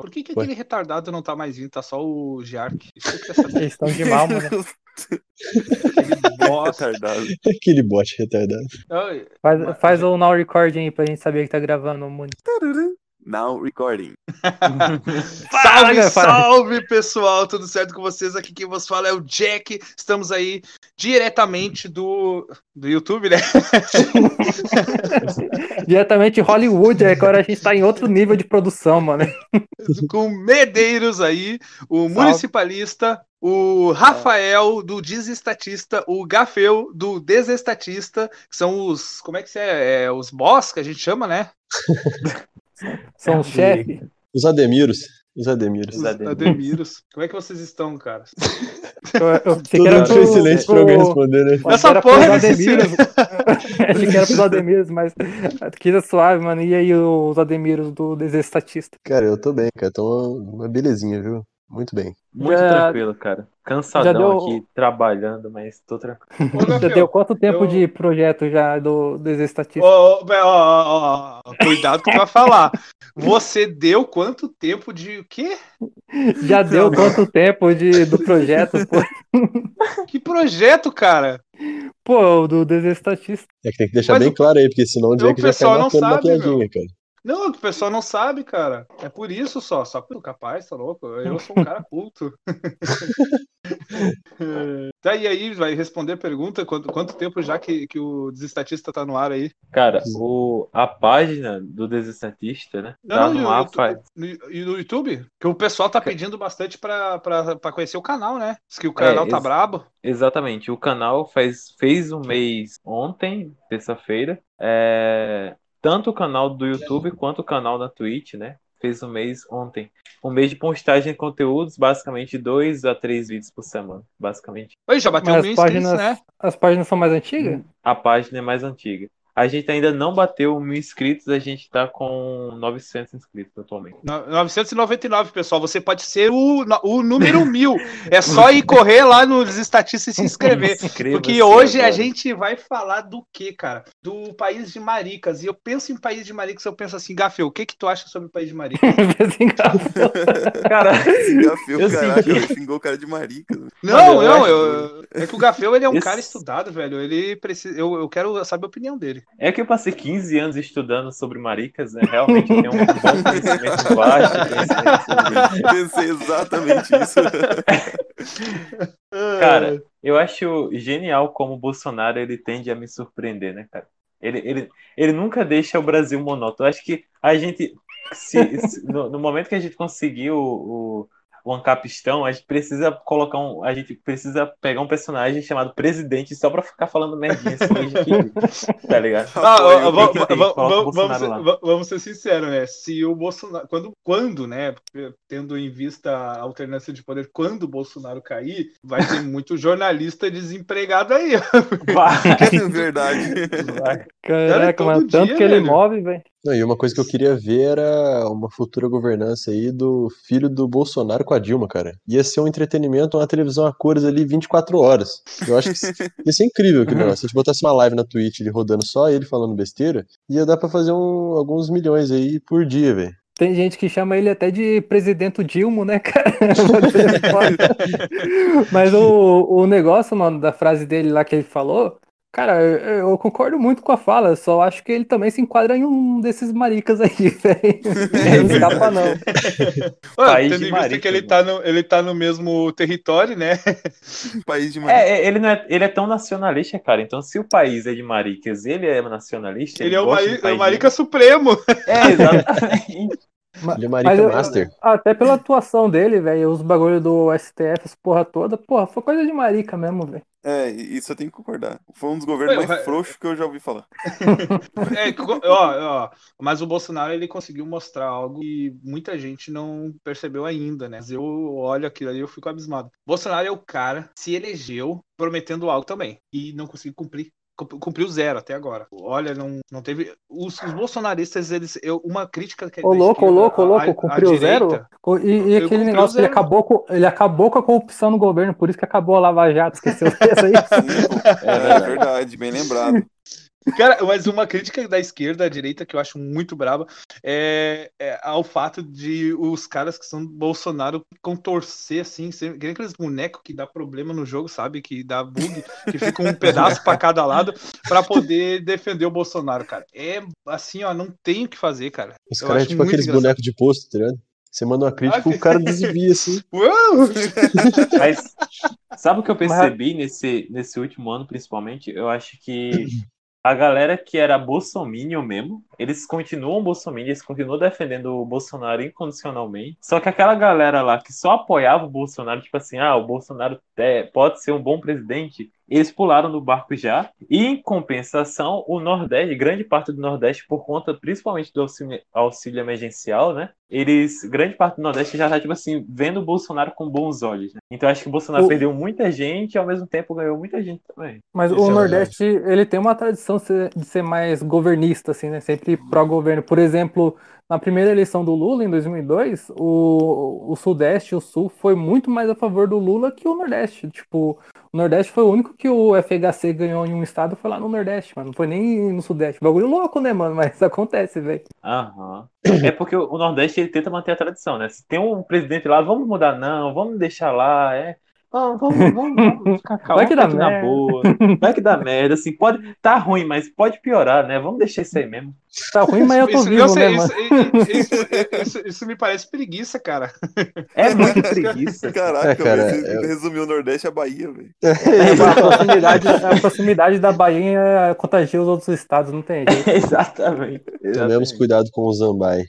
por que aquele retardado não tá mais vindo? Tá só o Giark. Isso que eu queria saber. Eles estão de mal, mano. Aquele bosta. Retardado. Aquele bot retardado. Faz o now recording aí pra gente saber que tá gravando muito. Now recording. Salve, pessoal! Tudo certo com vocês? Aqui quem vos fala é o Jack. Estamos aí diretamente do YouTube, né? Diretamente Hollywood, agora a gente tá em outro nível de produção, mano. Com Medeiros aí, o municipalista, o Rafael do Desestatista, o Gafeu do Desestatista, que são os, como é que é? Os boss que a gente chama, né? São os chefes. Os Ademiros. Os Ademiros. Como é que vocês estão, cara? Todo mundo fez silêncio pra alguém responder, né? Essa porra é Ademiros. Achei que era pros Ademiros, mas aqui é suave, mano. E aí os Ademiros do Desestatista? Cara, eu tô bem, cara. Tô uma belezinha, viu? Muito bem. Muito tranquilo, cara. Cansadão aqui, trabalhando, mas tô tranquilo. Já deu quanto tempo de projeto já do Desestatista? Cuidado que tu vai falar. Você deu quanto tempo de o quê? Já deu quanto tempo do projeto, pô? Que projeto, cara? Pô, do Desestatista. É que tem que deixar bem claro aí, porque senão o Jack já cai matando na piadinha, cara. Não, o pessoal não sabe, cara. É por isso só pelo capaz, tá louco? Eu sou um cara culto. Tá, e aí, vai responder a pergunta, quanto tempo já que o Desestatista tá no ar aí? Cara, a página do Desestatista, né? Tá no ar faz... E no YouTube? Que o pessoal tá pedindo bastante pra conhecer o canal, né? Diz que o canal tá brabo. Exatamente, o canal fez um mês ontem, terça-feira. Tanto o canal do YouTube quanto o canal da Twitch, né? Fez um mês ontem. Um mês de postagem de conteúdos, basicamente 2 a 3 vídeos por semana, basicamente. Oi, já bateu 1.000 inscritos, né? As páginas são mais antigas? A página é mais antiga. A gente ainda não bateu 1.000 inscritos, a gente tá com 900 inscritos atualmente. 999, pessoal. Você pode ser o número 1000. É só ir correr lá nos estatistas e se inscrever. Porque hoje agora a gente vai falar do quê, cara? Do país de Maricas. E eu penso em país de Maricas, eu penso assim, Gafeu, o que tu acha sobre o país de Maricas? Cara, Gafeu, caraca, xingou o cara de Maricas. Não, é que o Gafeu, ele é um cara estudado, velho. Ele precisa, eu quero saber a opinião dele. É que eu passei 15 anos estudando sobre maricas, né? Realmente eu tenho um bom conhecimento vasto. Pensei exatamente isso. Cara, eu acho genial como o Bolsonaro ele tende a me surpreender, né, cara? Ele nunca deixa o Brasil monótono. Eu acho que a gente, no momento que a gente conseguiu o Ancapistão, a gente precisa pegar um personagem chamado Presidente só pra ficar falando merdinha assim, tá ligado? Vamos ser sinceros, né? Se o Bolsonaro, quando, né, tendo em vista a alternância de poder, quando o Bolsonaro cair, vai ter muito jornalista desempregado aí. É verdade. Caraca, mas tanto que ele move, velho. E uma coisa que eu queria ver era uma futura governança aí do filho do Bolsonaro com a Dilma, cara. Ia ser um entretenimento, uma televisão a cores ali 24 horas. Eu acho que ia ser incrível que negócio. Se a gente botasse uma live na Twitch ele rodando só ele falando besteira, ia dar pra fazer alguns milhões aí por dia, velho. Tem gente que chama ele até de presidente Dilma, né, cara? Mas o negócio, mano, da frase dele lá que ele falou... Cara, eu concordo muito com a fala, só acho que ele também se enquadra em um desses maricas aí, velho. Não escapa, não. Tendo em vista que ele tá no mesmo território, né? País de maricas. Ele é tão nacionalista, cara. Então, se o país é de maricas, ele é nacionalista. Ele é o marica supremo. Exatamente. Ele é marica master. Até pela atuação dele, velho, os bagulhos do STF, as porra toda, foi coisa de marica mesmo, velho. Isso eu tenho que concordar. Foi um dos governos mais frouxos que eu já ouvi falar. Mas o Bolsonaro, ele conseguiu mostrar algo que muita gente não percebeu ainda, né? Eu olho aquilo ali e eu fico abismado. Bolsonaro é o cara, se elegeu prometendo algo também, e não conseguiu cumprir. Cumpriu 0 até agora. Olha, não teve... Os bolsonaristas, uma crítica... Ô, louco, cumpriu 0? E aquele negócio, ele acabou com a corrupção no governo, por isso que acabou a Lava Jato, esqueceu disso aí? É verdade, bem lembrado. Cara, mas uma crítica da esquerda à direita que eu acho muito braba é ao fato de os caras que são do Bolsonaro contorcer assim, que nem aqueles bonecos que dá problema no jogo, sabe? Que dá bug, que fica um pedaço pra cada lado pra poder defender o Bolsonaro, cara. É assim, ó, não tem o que fazer, cara. Os Eu caras é acho tipo muito aqueles engraçado. bonecos de posto, tá ligado? Você manda uma crítica, o cara desvia assim. Uau! Mas sabe o que eu Mas- percebi nesse último ano, principalmente? Eu acho que a galera que era bolsominion mesmo, eles continuam bolsominion, eles continuam defendendo o Bolsonaro incondicionalmente. Só que aquela galera lá que só apoiava o Bolsonaro, tipo assim, o Bolsonaro pode ser um bom presidente, eles pularam no barco já. E em compensação, o Nordeste, grande parte do Nordeste, por conta principalmente do auxílio emergencial, né? Grande parte do Nordeste já tá, tipo assim, vendo o Bolsonaro com bons olhos, né? Então acho que o Bolsonaro O- perdeu muita gente e ao mesmo tempo ganhou muita gente também. Mas Isso o é Nordeste, ele tem uma tradição de ser mais governista, assim, né? Sempre pró-governo. Por exemplo, na primeira eleição do Lula, em 2002, o Sudeste e o Sul foi muito mais a favor do Lula que o Nordeste. Tipo, o Nordeste foi o único que o FHC ganhou em um estado, foi lá no Nordeste, mano. Não foi nem no Sudeste. Bagulho louco, né, mano? Mas acontece, velho. Aham. É porque o Nordeste ele tenta manter a tradição, né? Se tem um presidente lá, vamos mudar, não, vamos deixar lá, vamos ficar calmo, Vai vamos que ficar dá aqui na merda. boa. Vai que dá merda, assim, pode, tá ruim, mas pode piorar, né? Vamos deixar isso aí mesmo. Tá ruim, mas eu tô Isso, não vivo, sei, né, mano? isso me parece preguiça, cara. É muita preguiça. Caraca, É, cara, velho, você resumiu o Nordeste a Bahia, velho. A proximidade da Bahia contagia os outros estados, não tem jeito. Exatamente. Tomemos cuidado com o Zambai.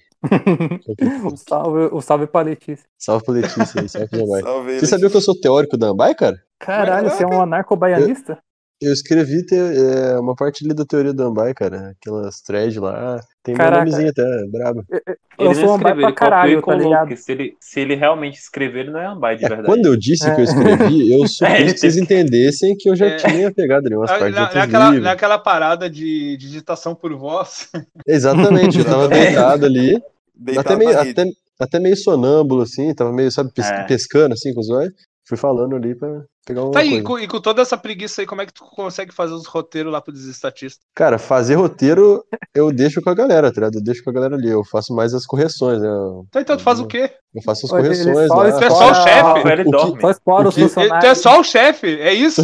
O salve pra Letícia. Salve pro Letícia aí, salve pro Zambai. Salve aí, Você sabia que eu sou teórico do Zambai, cara? Caralho, você é um anarco-baianista? Eu escrevi uma parte ali da teoria do Zambai, cara. Aquelas threads lá. Tem meu Caraca. nomezinho até, brabo. Eu sou ambai pra caralho, tá ligado? Porque se ele realmente escrever, ele não é ambai de verdade. Quando eu disse que eu escrevi, eu supus ele que vocês teve que- entendessem que eu já tinha pegado ali umas partes de outros livros. Naquela parada de digitação por voz. Exatamente, eu tava deitado ali, Deitado na rede. até meio sonâmbulo, assim, tava meio, sabe, É. pescando, assim, com os olhos. Fui falando ali pra pegar uma Tá aí, coisa. e com toda essa preguiça aí, como é que tu consegue fazer os roteiros lá pro Desestatista? Cara, fazer roteiro eu deixo com a galera, tá ligado? Eu deixo com a galera ali, eu faço mais as correções, né? Então tu faz o quê? Eu faço as Ele correções só lá. Tu é só o chefe? Ele dorme. Só explora O os que- Tu é funcionários. só o chefe, é isso?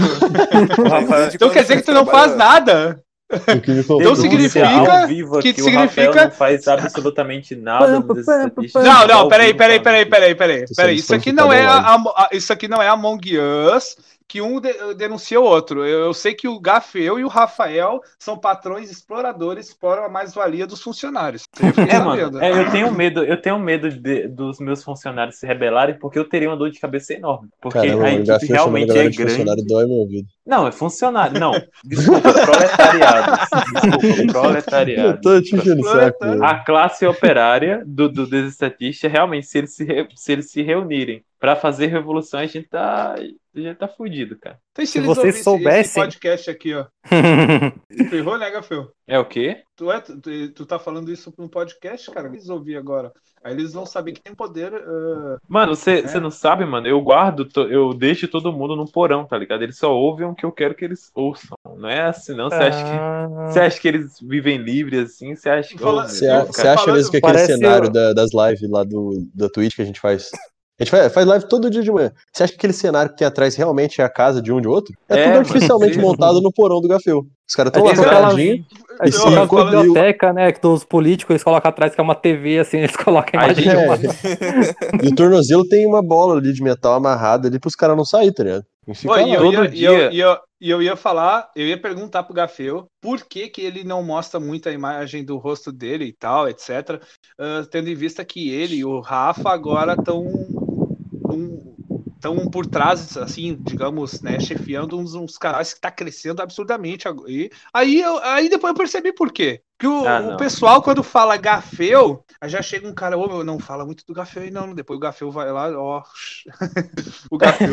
O Rafael, Então quer dizer que tu não faz nada? O que me Então convence. significa ao vivo que aqui, o significa- Rafael não faz absolutamente nada no Desestatista. Não, Ao peraí. vivo, falando. Peraí. Isso aqui não é isso aqui não é Among Us, que um denuncia o outro. Eu sei que o Gafeu e o Rafael são patrões exploradores, exploram a mais-valia dos funcionários. Eu fiquei sabendo. Eu tenho medo dos meus funcionários se rebelarem, porque eu teria uma dor de cabeça enorme. Porque Caramba, a o equipe Gafio chamando a realmente galera é de funcionário grande. dói meu ouvido. Não, é funcionário. Não, desculpa, proletariado. Desculpa, proletariado. Eu tô te enchendo o saco. velho. A classe operária do Desestatista, realmente, se eles se reunirem pra fazer revolução, a gente tá fudido, cara. Então, Se eles vocês ouvissem esse soubessem- podcast aqui, ó. Ferrou, né, Gafeu? É o quê? Tu tá falando isso pra um podcast, cara? Eles ouvir agora. Aí eles vão saber que tem poder. Mano, você não sabe, mano? Eu deixo todo mundo no porão, tá ligado? Eles só ouvem o que eu quero que eles ouçam. Não é assim, não. Você acha que eles vivem livres assim? Você acha que. Fala- meu Você Deus, você cara. acha mesmo que aquele Parece cenário das lives lá da Twitch que a gente faz? A gente faz live todo dia de manhã. Você acha que aquele cenário que tem atrás realmente é a casa de um de outro? É tudo mano, artificialmente sim. montado no porão do Gafeu. Os caras estão lá Exatamente. sentadinhos. É E tipo sim, aquela fala- biblioteca, né? Que dos políticos eles colocam atrás, que é uma TV, assim, eles colocam a imagem de uma. E o tornozelo tem uma bola ali de metal amarrada ali pros caras não sair, tá ligado? E fica Oi, lá. eu ia falar, eu ia perguntar pro Gafeu por que ele não mostra muito a imagem do rosto dele e tal, etc. Tendo em vista que ele e o Rafa agora estão por trás, assim, digamos, né, chefiando uns canais que tá crescendo absurdamente. E aí depois eu percebi por quê. Que o não. pessoal, quando fala Gafel, aí já chega um cara, ô, não fala muito do Gafel aí, não. Depois o Gafel vai lá, ó. O Gafel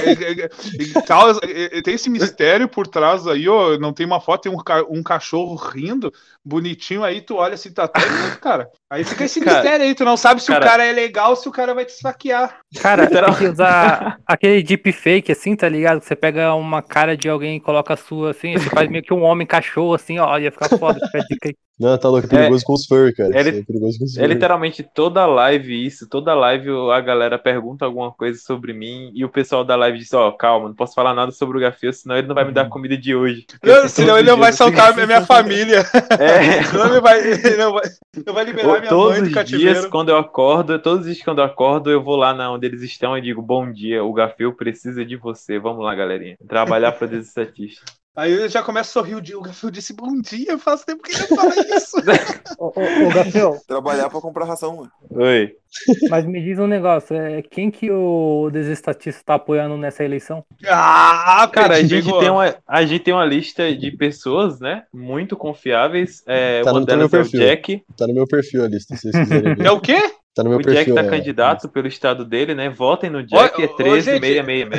tem esse mistério por trás aí, ó. Não tem uma foto, tem um cachorro rindo, bonitinho aí, tu olha assim, tá até lindo, cara. Aí fica esse mistério aí, tu não sabe se o cara é legal ou se o cara vai te esfaquear. Cara, tem que usar aquele deepfake, assim, tá ligado? Você pega uma cara de alguém e coloca a sua, assim, e você faz meio que um homem cachorro, assim, ó, ia ficar foda, fica a dica aí. Não, tá louco, é perigoso com os furry, cara. Isso é perigoso com os furry. Literalmente toda live toda live a galera pergunta alguma coisa sobre mim e o pessoal da live diz, ó, calma, não posso falar nada sobre o Gafel, senão ele não vai me dar a comida de hoje. Senão ele não vai soltar a minha família. Senão ele não vai liberar minha mãe do cativeiro. Todos os dias quando eu acordo, eu vou lá onde eles estão e digo, bom dia, o Gafel precisa de você, vamos lá, galerinha, trabalhar pra desestatista. Aí eu já começo a sorrir, o Gafel disse bom dia, faz tempo que ele não fala isso. Ô, Gafel. Trabalhar pra comprar ração, mano. Oi. Mas me diz um negócio, quem que o desestatista tá apoiando nessa eleição? Cara, a gente tem uma lista de pessoas, né, muito confiáveis. Uma delas é o Jack. Tá no meu perfil a lista, se vocês quiserem ver. É o quê? Tá no meu O perfil, Jack tá candidato pelo estado dele, né? Votem no Jack, é 13666.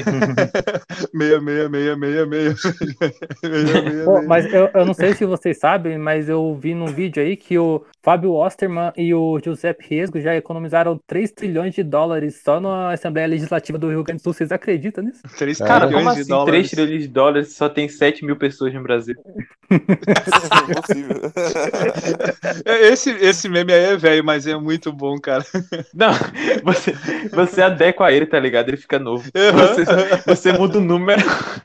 66666. Pô, mas eu não sei se vocês sabem, mas eu vi num vídeo aí que o Fábio Osterman e o Giuseppe Riesgo já economizaram 3 trilhões de dólares só na Assembleia Legislativa do Rio Grande do Sul. Vocês acreditam nisso? 3 Cara, como trilhões de assim dólares? 3 trilhões de dólares só tem 7 mil pessoas no Brasil? É impossível. Esse meme aí é velho, mas é muito bom, cara. Não, você adequa a ele, tá ligado? Ele fica novo. Você muda o número.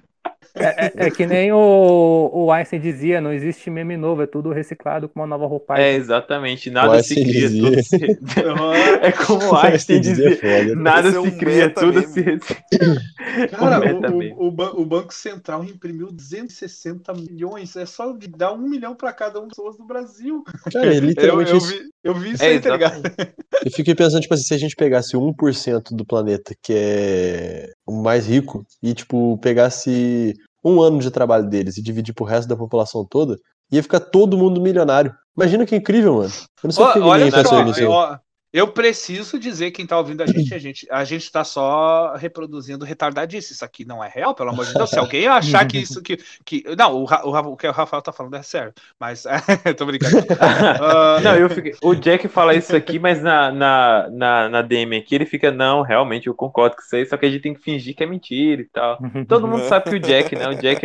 É que nem o Einstein dizia, não existe meme novo, é tudo reciclado com uma nova roupagem. exatamente, nada se cria, tudo se... É como o Einstein dizia, nada se cria, tudo se recicla. Cara, o Banco Central imprimiu 260 milhões, é só dar 1 milhão pra cada um das pessoas do Brasil. Cara, é literalmente eu vi isso aí, tá ligado? Eu fiquei pensando, tipo assim, se a gente pegasse 1% do planeta, que é o mais rico, e, tipo, pegasse 1 ano de trabalho deles e dividir pro resto da população toda, ia ficar todo mundo milionário. Imagina que incrível, mano. Eu não sei porque ninguém pensou nisso aí. Eu preciso dizer, quem tá ouvindo a gente tá só reproduzindo retardadice. Isso aqui não é real, pelo amor de Deus. Se alguém achar que isso que não, o que o Rafael tá falando é sério, mas tô brincando. Não, o Jack fala isso aqui, mas na DM aqui ele fica, não, realmente eu concordo com isso aí, só que a gente tem que fingir que é mentira e tal. Todo mundo sabe que o Jack, né? O Jack,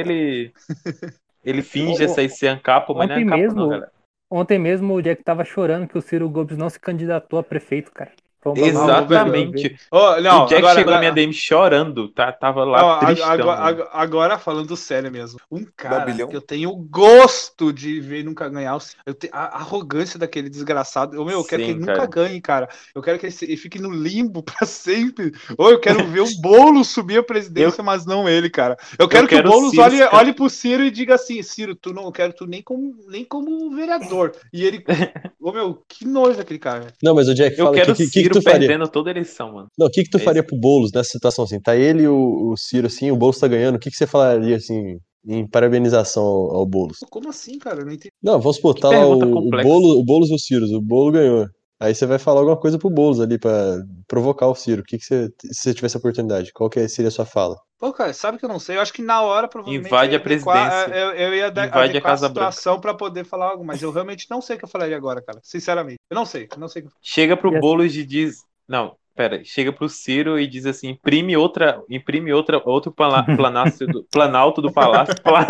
ele finge essa ser ANCAP, mas não é ANCAP não, galera. Ontem mesmo o Jack tava chorando que o Ciro Gomes não se candidatou a prefeito, cara. Exatamente. O Jack chegou na minha DM chorando, tava lá tristão. Agora falando sério mesmo. Um cara que eu tenho gosto de ver nunca ganhar. Eu tenho a arrogância daquele desgraçado. Eu quero que ele nunca ganhe, cara. Eu quero que ele fique no limbo pra sempre. Ou eu quero ver o Boulos subir a presidência, mas não ele, cara. Eu quero que o Boulos olhe pro Ciro e diga assim, Ciro, eu quero tu nem como vereador. E ele... que nojo daquele cara. Não, mas o Jack fala que tu faria? Perdendo toda a eleição, mano. Não, o que tu faria pro Boulos nessa situação assim? Tá ele e o Ciro assim, o Boulos tá ganhando. O que você falaria assim em parabenização ao Boulos? Como assim, cara? Eu não entendi. Não, vamos supor, tá lá o Boulos e o Ciro. O Boulos ganhou. Aí você vai falar alguma coisa pro Boulos ali pra provocar o Ciro. O que você, se você tivesse a oportunidade, qual que seria a sua fala? Pô, cara, sabe que eu não sei? Eu acho que na hora, provavelmente, invade a presidência. Eu ia invade a Casa situação pra poder falar algo, mas eu realmente não sei o que eu falaria agora, cara. Sinceramente. Eu não sei. Chega pro Boulos e diz... Não, pera, chega pro Ciro e diz assim, imprime outro planalto do palácio.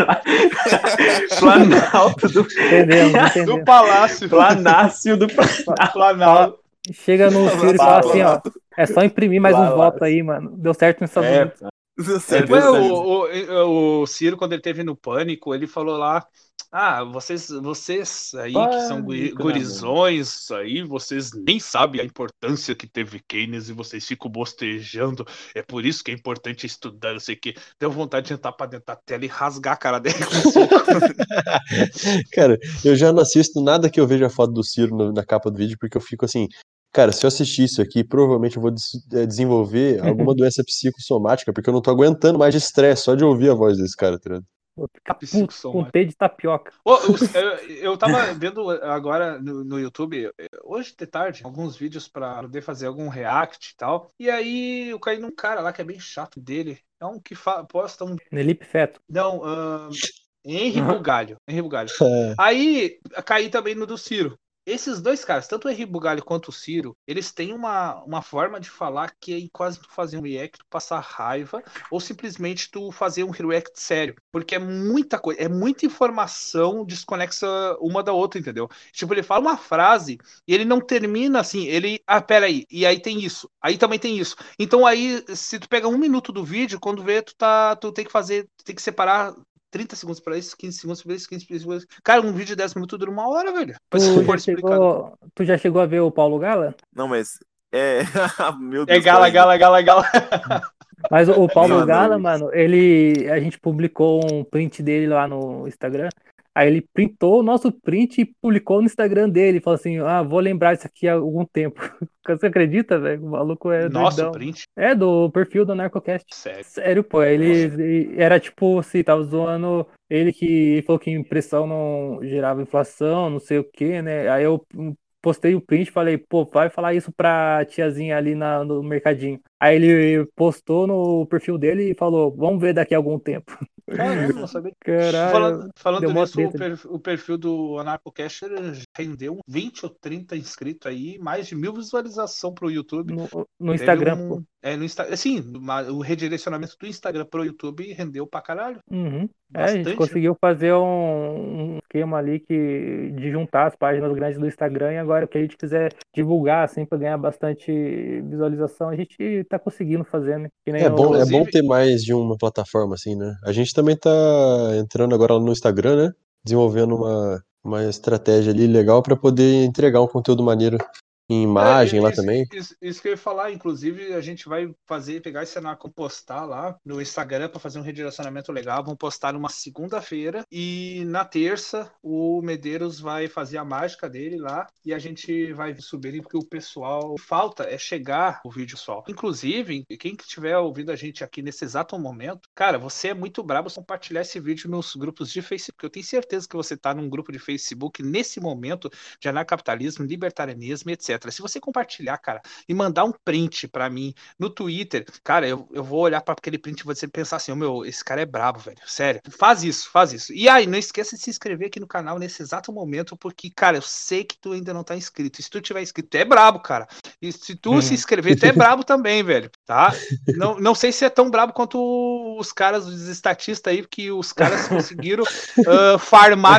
Planalto do... Entendemos. Do palácio. Planácio do Planalto. Chega no Ciro e fala assim, ó, é só imprimir mais uns votos aí, mano. Deu certo nos Estados Unidos. O Ciro, quando ele teve no Pânico, ele falou lá, vocês aí que são gurizões aí, vocês nem sabem a importância que teve Keynes e vocês ficam bostejando, é por isso que é importante estudar, não sei o que. Deu vontade de entrar pra dentro da tela e rasgar a cara dele com soco. Cara, eu já não assisto nada que eu veja a foto do Ciro na capa do vídeo, porque eu fico assim... Cara, se eu assistir isso aqui, provavelmente eu vou desenvolver alguma doença psicossomática, porque eu não tô aguentando mais de estresse só de ouvir a voz desse cara, tá ligado? Vou ficar puto com Psicossoma. T de tapioca. Eu tava vendo agora no YouTube, hoje de tarde, alguns vídeos pra poder fazer algum react e tal. E aí eu caí num cara lá que é bem chato dele. É um que posta um. Nelipe Feto. Não, Henry Bugalho. Henry Bugalho. É. Aí caí também no do Ciro. Esses dois caras, tanto o Henry Bugalho quanto o Ciro, eles têm uma forma de falar que é quase tu fazer um react, tu passar raiva, ou simplesmente tu fazer um react sério. Porque é muita coisa, é muita informação desconexa uma da outra, entendeu? Tipo, ele fala uma frase e ele não termina assim, peraí, e aí tem isso, aí também tem isso. Então aí, se tu pega 1 minuto do vídeo, quando vê, tu tem que separar 30 segundos pra isso, 15 segundos pra isso, 15 segundos. Cara, um vídeo de 10 minutos dura 1 hora, velho. Tu já chegou a ver o Paulo Gala? Não, mas é. Meu É Deus. Gala. Mas o Paulo Mano, Gala, mano, a gente publicou um print dele lá no Instagram. Aí ele printou o nosso print e publicou no Instagram dele. Falou assim, vou lembrar isso aqui há algum tempo. Você acredita, velho? O maluco é Nosso doidão. print? É, do perfil do Narcocast. Sério, pô. Ele era tipo assim, tava zoando ele que falou que impressão não gerava inflação, não sei o que, né? Aí eu postei o print e falei, pô, vai falar isso pra tiazinha ali no mercadinho. Aí ele postou no perfil dele e falou, vamos ver daqui a algum tempo. Caramba, não sabia. Caralho. Falando nisso, o perfil do Anarcocaster rendeu 20 ou 30 inscritos aí, mais de 1000 visualizações pro YouTube. No Instagram, pô. Sim, o redirecionamento do Instagram pro YouTube rendeu pra caralho. Uhum. A gente conseguiu fazer um esquema ali de juntar as páginas grandes do Instagram e agora o que a gente quiser divulgar, assim, pra ganhar bastante visualização, a gente tá conseguindo fazer, né? É bom ter mais de uma plataforma, assim, né? A gente também tá entrando agora no Instagram, né? Desenvolvendo uma estratégia ali legal pra poder entregar um conteúdo maneiro em imagem lá também. Isso que eu ia falar, inclusive a gente vai pegar esse Anarco, postar lá no Instagram para fazer um redirecionamento legal. Vamos postar numa segunda-feira e na terça o Medeiros vai fazer a mágica dele lá e a gente vai subir, porque o pessoal falta é chegar o vídeo só. Inclusive, quem que estiver ouvindo a gente aqui nesse exato momento, cara, você é muito brabo compartilhar esse vídeo nos grupos de Facebook. Eu tenho certeza que você tá num grupo de Facebook nesse momento de anarcapitalismo, libertarianismo, etc. Se você compartilhar, cara, e mandar um print pra mim no Twitter, cara, eu vou olhar pra aquele print e vou pensar assim, esse cara é brabo, velho, sério. Faz isso. E aí, não esqueça de se inscrever aqui no canal nesse exato momento, porque, cara, eu sei que tu ainda não tá inscrito. Se tu tiver inscrito, tu é brabo, cara. E se tu se inscrever, tu é brabo também, velho, tá? Não sei se é tão brabo quanto os caras, os estatistas aí, que os caras conseguiram farmar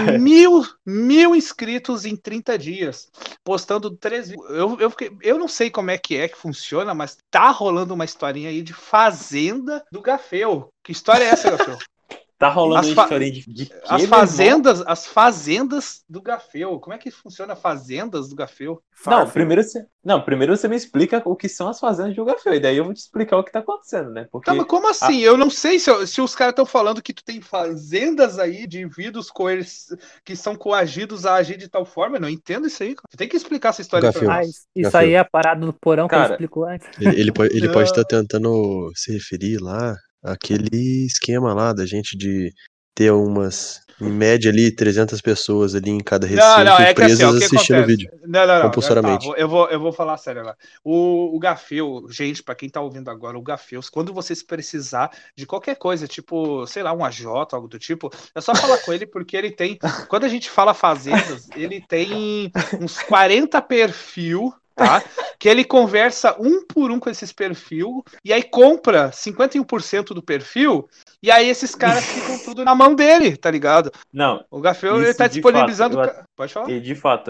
mil inscritos em 30 dias, postando 3 vídeos. Eu não sei como é que funciona, mas tá rolando uma historinha aí de Fazenda do Gafeu. Que história é essa, Gafeu? Tá rolando uma historinha de quê, as fazendas do Gafeu. Como é que funciona fazendas do Gafeu? Primeiro você me explica o que são as fazendas do Gafeu, e daí eu vou te explicar o que tá acontecendo, né? Porque mas como assim? Eu não sei se os caras estão falando que tu tem fazendas aí de indivíduos que são coagidos a agir de tal forma. Eu não entendo isso aí. Tu tem que explicar essa história Gafeu. pra nós. Isso aí é a parada do porão, cara, que ele explicou antes. Ele pode estar tentando se referir lá àquele esquema lá da gente de ter em média ali, 300 pessoas ali em cada recinto presas assim, assistindo o vídeo. Não. Compulsoriamente. Eu vou falar sério agora. O Gafeu, gente, pra quem tá ouvindo agora, o Gafeu, quando vocês precisar de qualquer coisa, tipo, sei lá, um AJ, algo do tipo, é só falar com ele, porque ele tem, quando a gente fala fazendas, ele tem uns 40 perfil, tá? Que ele conversa um por um com esses perfil e aí compra 51% do perfil e aí esses caras ficam tudo na mão dele, tá ligado? Não. O Gafeu, ele tá disponibilizando... Pode falar? E de fato,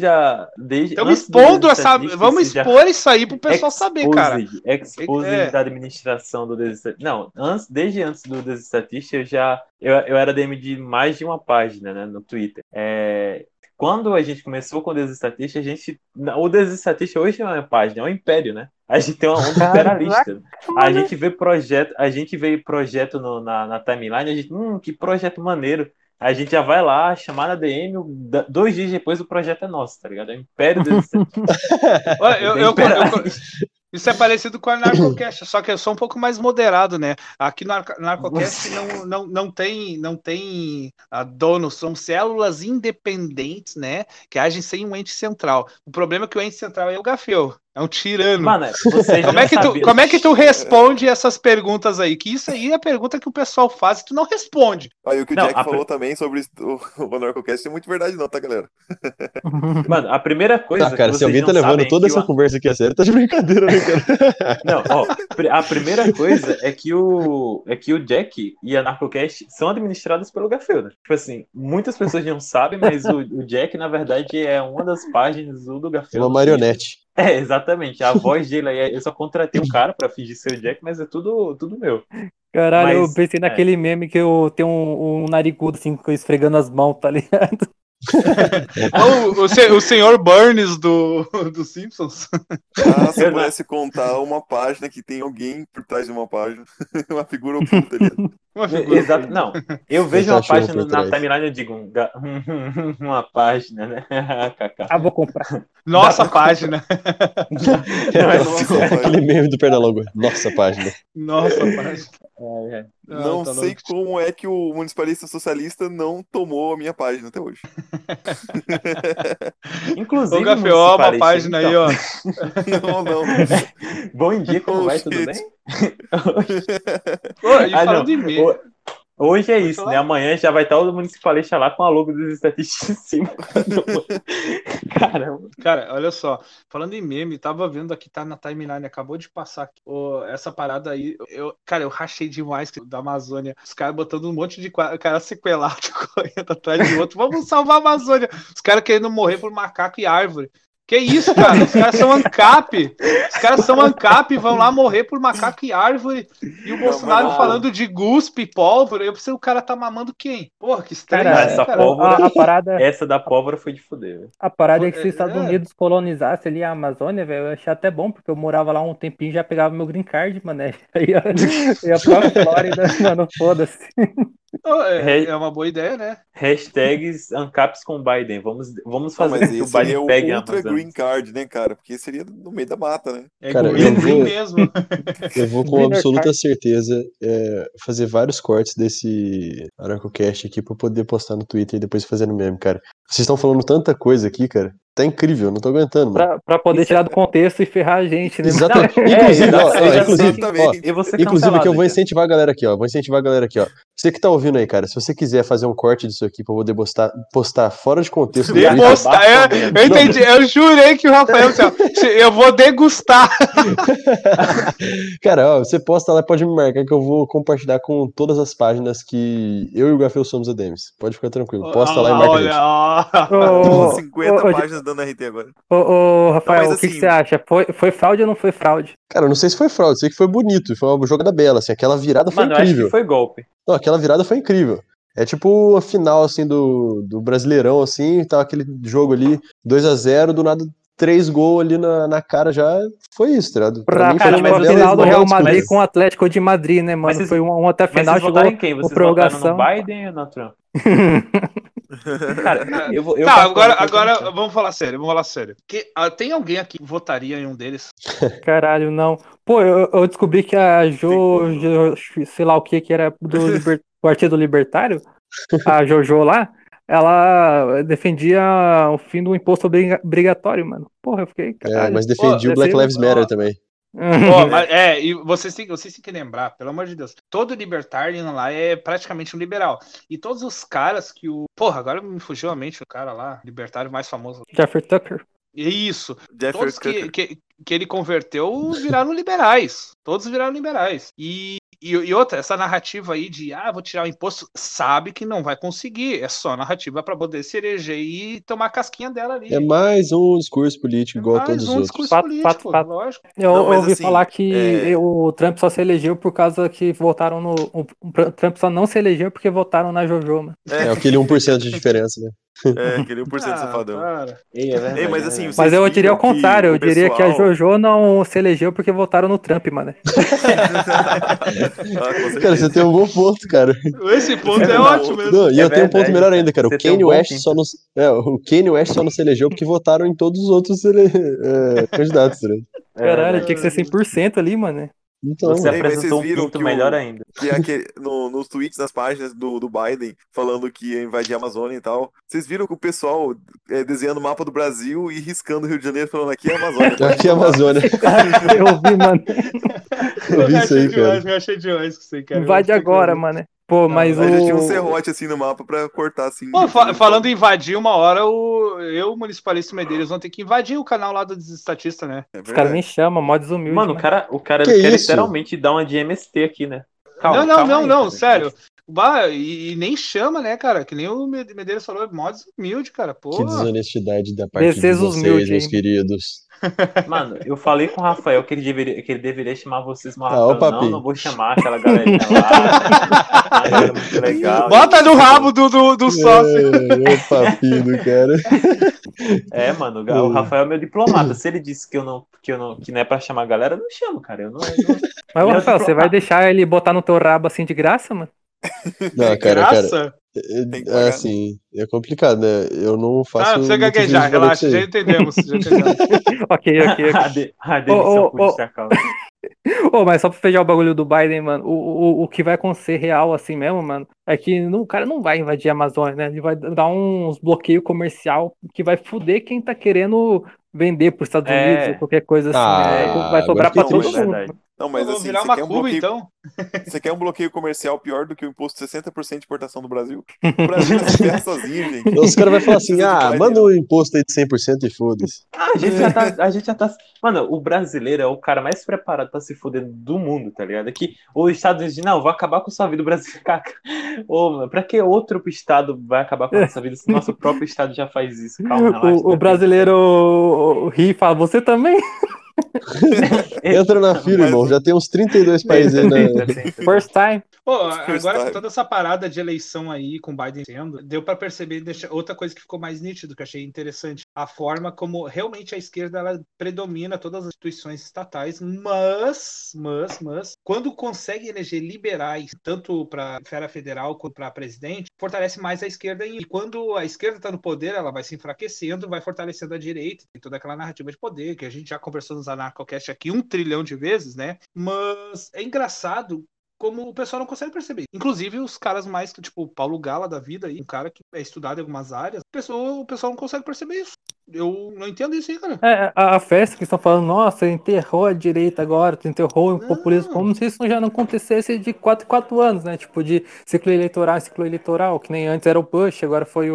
estamos expondo vamos expor isso aí pro pessoal saber, cara. Exposed da administração do Desestatista. Não, desde antes do Desestatista eu era DM de mais de uma página, né, no Twitter. Quando a gente começou com o Desestatista, o Desestatista hoje não é uma página, é um império, né? A gente tem uma onda imperialista. A gente vê projeto na timeline, a gente, que projeto maneiro. A gente já vai lá, chamar na DM, 2 dias depois o projeto é nosso, tá ligado? É o império Desestatista. Isso é parecido com a Narcocast, só que eu sou um pouco mais moderado, né? Aqui no Narcocast não tem dono, são células independentes, né? Que agem sem um ente central. O problema é que o ente central é o Gafel. É um tirano. Mano, você como é que tu responde essas perguntas aí? Que isso aí é a pergunta que o pessoal faz e tu não responde. Aí o que o Jack falou também sobre o Narcocast é muito verdade não, tá, galera? Mano, a primeira coisa cara, se alguém tá levando toda essa conversa aqui a sério, tá de brincadeira, né, cara? Não, ó, a primeira coisa é que o Jack e a Narcocast são administrados pelo Gafel, né? Tipo assim, muitas pessoas não sabem, mas o Jack, na verdade, é uma das páginas do Gafel. Uma marionete. Exatamente. A voz dele aí, eu só contratei um cara pra fingir ser o Jack, mas é tudo meu. Caralho, eu pensei naquele meme que eu tenho um narigudo assim, esfregando as mãos, tá ligado? O senhor Burns do Simpsons. Se eu pudesse contar uma página que tem alguém por trás de uma página. Uma figura oculta ali. Exato, não. Eu vejo uma página na timeline e eu digo uma página, né? Vou comprar. Nossa página. Aquele meme do Pernalonga. Nossa página. Nossa página. Não sei como é que o municipalista socialista não tomou a minha página até hoje. Inclusive, o Gafel, uma página então. aí, ó. Não. Bom dia, como vai? Tudo bem? Pô, e falando em meme. Hoje é isso, né? Amanhã já vai estar o municipalista lá com a logo dos estatísticos em cima. Caramba. Cara, olha só. Falando em meme, tava vendo aqui, tá na timeline, acabou de passar aqui, essa parada aí. Eu rachei demais da Amazônia. Os caras botando um monte de cara sequelado correndo atrás de outro. Vamos salvar a Amazônia. Os caras querendo morrer por macaco e árvore. Que isso, cara? Os caras são ANCAP. Os caras são ANCAP e vão lá morrer por macaco e árvore. E o Bolsonaro falando de guspe e pólvora. Eu pensei, o cara tá mamando quem? Porra, que estranho. Cara, pólvora, essa da pólvora foi de foder, velho. A parada é que se os Estados Unidos colonizassem ali a Amazônia, velho, eu achei até bom, porque eu morava lá um tempinho e já pegava meu green card, mano. Aí ia pra Flórida, mano, foda-se. É uma boa ideia, né? Hashtags ANCAPs com Biden. Vamos fazer mas que o Biden pegue a Amazônia. Green Card, né, cara? Porque seria no meio da mata, né? Cara, green mesmo. Eu vou com absoluta certeza fazer vários cortes desse AnarcoCast aqui pra poder postar no Twitter e depois fazer no meme, cara. Vocês estão falando tanta coisa aqui, cara. Tá incrível, não tô aguentando, mano. Pra poder tirar do contexto e ferrar a gente, né? Exatamente. Inclusive que eu vou incentivar a galera aqui, ó. Você que tá ouvindo aí, cara, se você quiser fazer um corte disso aqui pra poder postar fora de contexto... Degustar, eu entendi. Eu jurei que o Rafael... eu vou degustar. Cara, ó, você posta lá, pode me marcar que eu vou compartilhar com todas as páginas que eu e o Gafel somos ADMs. Pode ficar tranquilo. Posta lá e marca a gente. 50 páginas dando RT agora. Rafael, então, o que você acha? Foi fraude ou não foi fraude? Cara, eu não sei se foi fraude, sei que foi bonito, foi uma jogada bela, assim, aquela virada foi incrível. Eu acho que foi golpe. Não, aquela virada foi incrível. É tipo a final, assim, do Brasileirão, assim, tava aquele jogo ali, 2-0, do nada 3 gols ali na cara já, foi isso, tá ligado? Pra mim foi uma final do Real Madrid com o Atlético de Madrid, né, mano? Vocês, foi uma até final, mas vocês votaram em quem? Vocês prorrogação. votaram no Biden ou no Trump? Cara, agora vamos falar sério. Tem alguém aqui que votaria em um deles? Caralho, não. Pô, eu descobri que a sei lá o que era do Partido Libertário, a Jojo lá, ela defendia o fim do imposto obrigatório, mano. Porra, eu fiquei... Caralho. Mas defendia o Black Lives Matter também. E vocês têm que lembrar, pelo amor de Deus, todo libertário lá é praticamente um liberal. E todos os caras que o... Porra, agora me fugiu a mente o cara lá, libertário mais famoso. Jeffrey Tucker. Isso. Todos que ele converteu viraram liberais. Todos viraram liberais. E outra, essa narrativa aí de vou tirar o imposto, sabe que não vai conseguir. É só narrativa para poder se eleger e tomar a casquinha dela ali. É mais um discurso político igual a todos os outros. Fato. Lógico. Eu ouvi falar que o Trump só se elegeu por causa que votaram no... O Trump só não se elegeu porque votaram na Jojo, mano. Aquele 1% de diferença, né? Aquele 1% safadão. Mas assim, mas eu diria ao contrário, eu diria que a Jojo não se elegeu porque votaram no Trump, mano. Cara, você tem um bom ponto, cara. Esse ponto é É ótimo mesmo. Não, e eu tenho um ponto verdade, melhor cara. ainda, cara. Você O tem um Kanye bom West pinto. o Kanye West só não se elegeu porque votaram em todos os outros candidatos, né? É Caralho, verdade. tinha que ser 100% ali, mano. Então, Você Ei, mas vocês apresentou um viram pinto que melhor ainda. que nos tweets, nas páginas do Biden, falando que ia invadir a Amazônia e tal, vocês viram que o pessoal desenhando o mapa do Brasil e riscando o Rio de Janeiro, falando aqui é a Amazônia. pode aqui é a tomar. Amazônia. Eu vi, mano. Eu vi isso aí, cara. Eu achei demais isso aí, cara. Invade Eu tenho que agora, ver. mano. Pô, mas Aí já tinha um o. serrote assim no mapa pra cortar assim. Pô, falando em invadir, uma hora o municipalista Medeiros vão ter que invadir o canal lá do Desestatista, né? É Os caras nem verdade. chamam, mó desumilde. Mano, o cara Que quer isso? literalmente dar uma de MST aqui, né? Calma aí, cara. sério. Bah, e nem chama, né, cara? Que nem o Medeiros falou, é mó desumilde, cara. Pô. Que desonestidade da parte de Desejos vocês, humilde meus ainda. queridos. Mano, eu falei com o Rafael que ele deveria chamar vocês, mas o Ah, ô, Rafael, papi. não vou chamar aquela galerinha lá. Uma galera muito legal. Bota no rabo do sócio. É o papinho do cara. É, mano, o Rafael é meu diplomata. Se ele disse que não é pra chamar a galera, eu não chamo, cara. Eu não. Mas, Ele ô, é o Rafael, você vai diplomata. deixar ele botar no teu rabo assim de graça, mano? Não, cara, Graça? Tem que pagar. assim, é complicado, né? Eu não faço. Ah, não precisa muito gaguejar, juízo pra relaxa, isso já aí. entendemos. Ok. A demissão Ô, por justa causa. Ô, mas só pra fechar o bagulho do Biden, mano, o que vai acontecer real assim mesmo, mano, é que o cara não vai invadir a Amazônia, né? Ele vai dar uns bloqueio comercial que vai foder quem tá querendo vender pros Estados Unidos ou qualquer coisa assim, né? Vai sobrar agora pra fiquei todo triste. mundo. Verdade. Não, mas Vamos assim, virar você uma quer um Cuba, bloqueio. então? Você quer um bloqueio comercial pior do que o imposto de 60% de importação do Brasil? O Brasil já se ferra sozinho, gente. Então os caras vão falar assim: Precisa de ah, Biden, manda não. um imposto aí de 100% e foda-se. A gente já tá. Mano, o brasileiro é o cara mais preparado pra se fuder do mundo, tá ligado? É que os Estados Unidos dizem, não, vou acabar com sua vida, o Brasil fica. Ô, mano, pra que outro estado vai acabar com a nossa vida se o nosso próprio estado já faz isso? Calma, relaxa. O brasileiro ri e fala, você também? Entra na fila, Mas- irmão. Já tem uns 32 países aí na. First time. Pô, agora com time. toda essa parada de eleição aí, com o Biden sendo, deu pra perceber outra coisa que ficou mais nítido, que eu achei interessante. A forma como realmente a esquerda ela predomina todas as instituições estatais, mas, quando consegue eleger liberais, tanto pra esfera federal quanto pra presidente, fortalece mais a esquerda. E quando a esquerda tá no poder, ela vai se enfraquecendo, vai fortalecendo a direita. Tem toda aquela narrativa de poder, que a gente já conversou nos Anarcocast aqui 1 trilhão de vezes, né? Mas é engraçado como o pessoal não consegue perceber. Inclusive os caras mais, tipo o Paulo Gala da vida, aí, um cara que é estudado em algumas áreas, o pessoal não consegue perceber isso. Eu não entendo isso aí, cara. A festa que estão falando, nossa, enterrou a direita agora, enterrou o populismo, como se isso já não acontecesse de 4 em 4 anos, né? Tipo, de ciclo eleitoral, que nem antes era o Bush, agora foi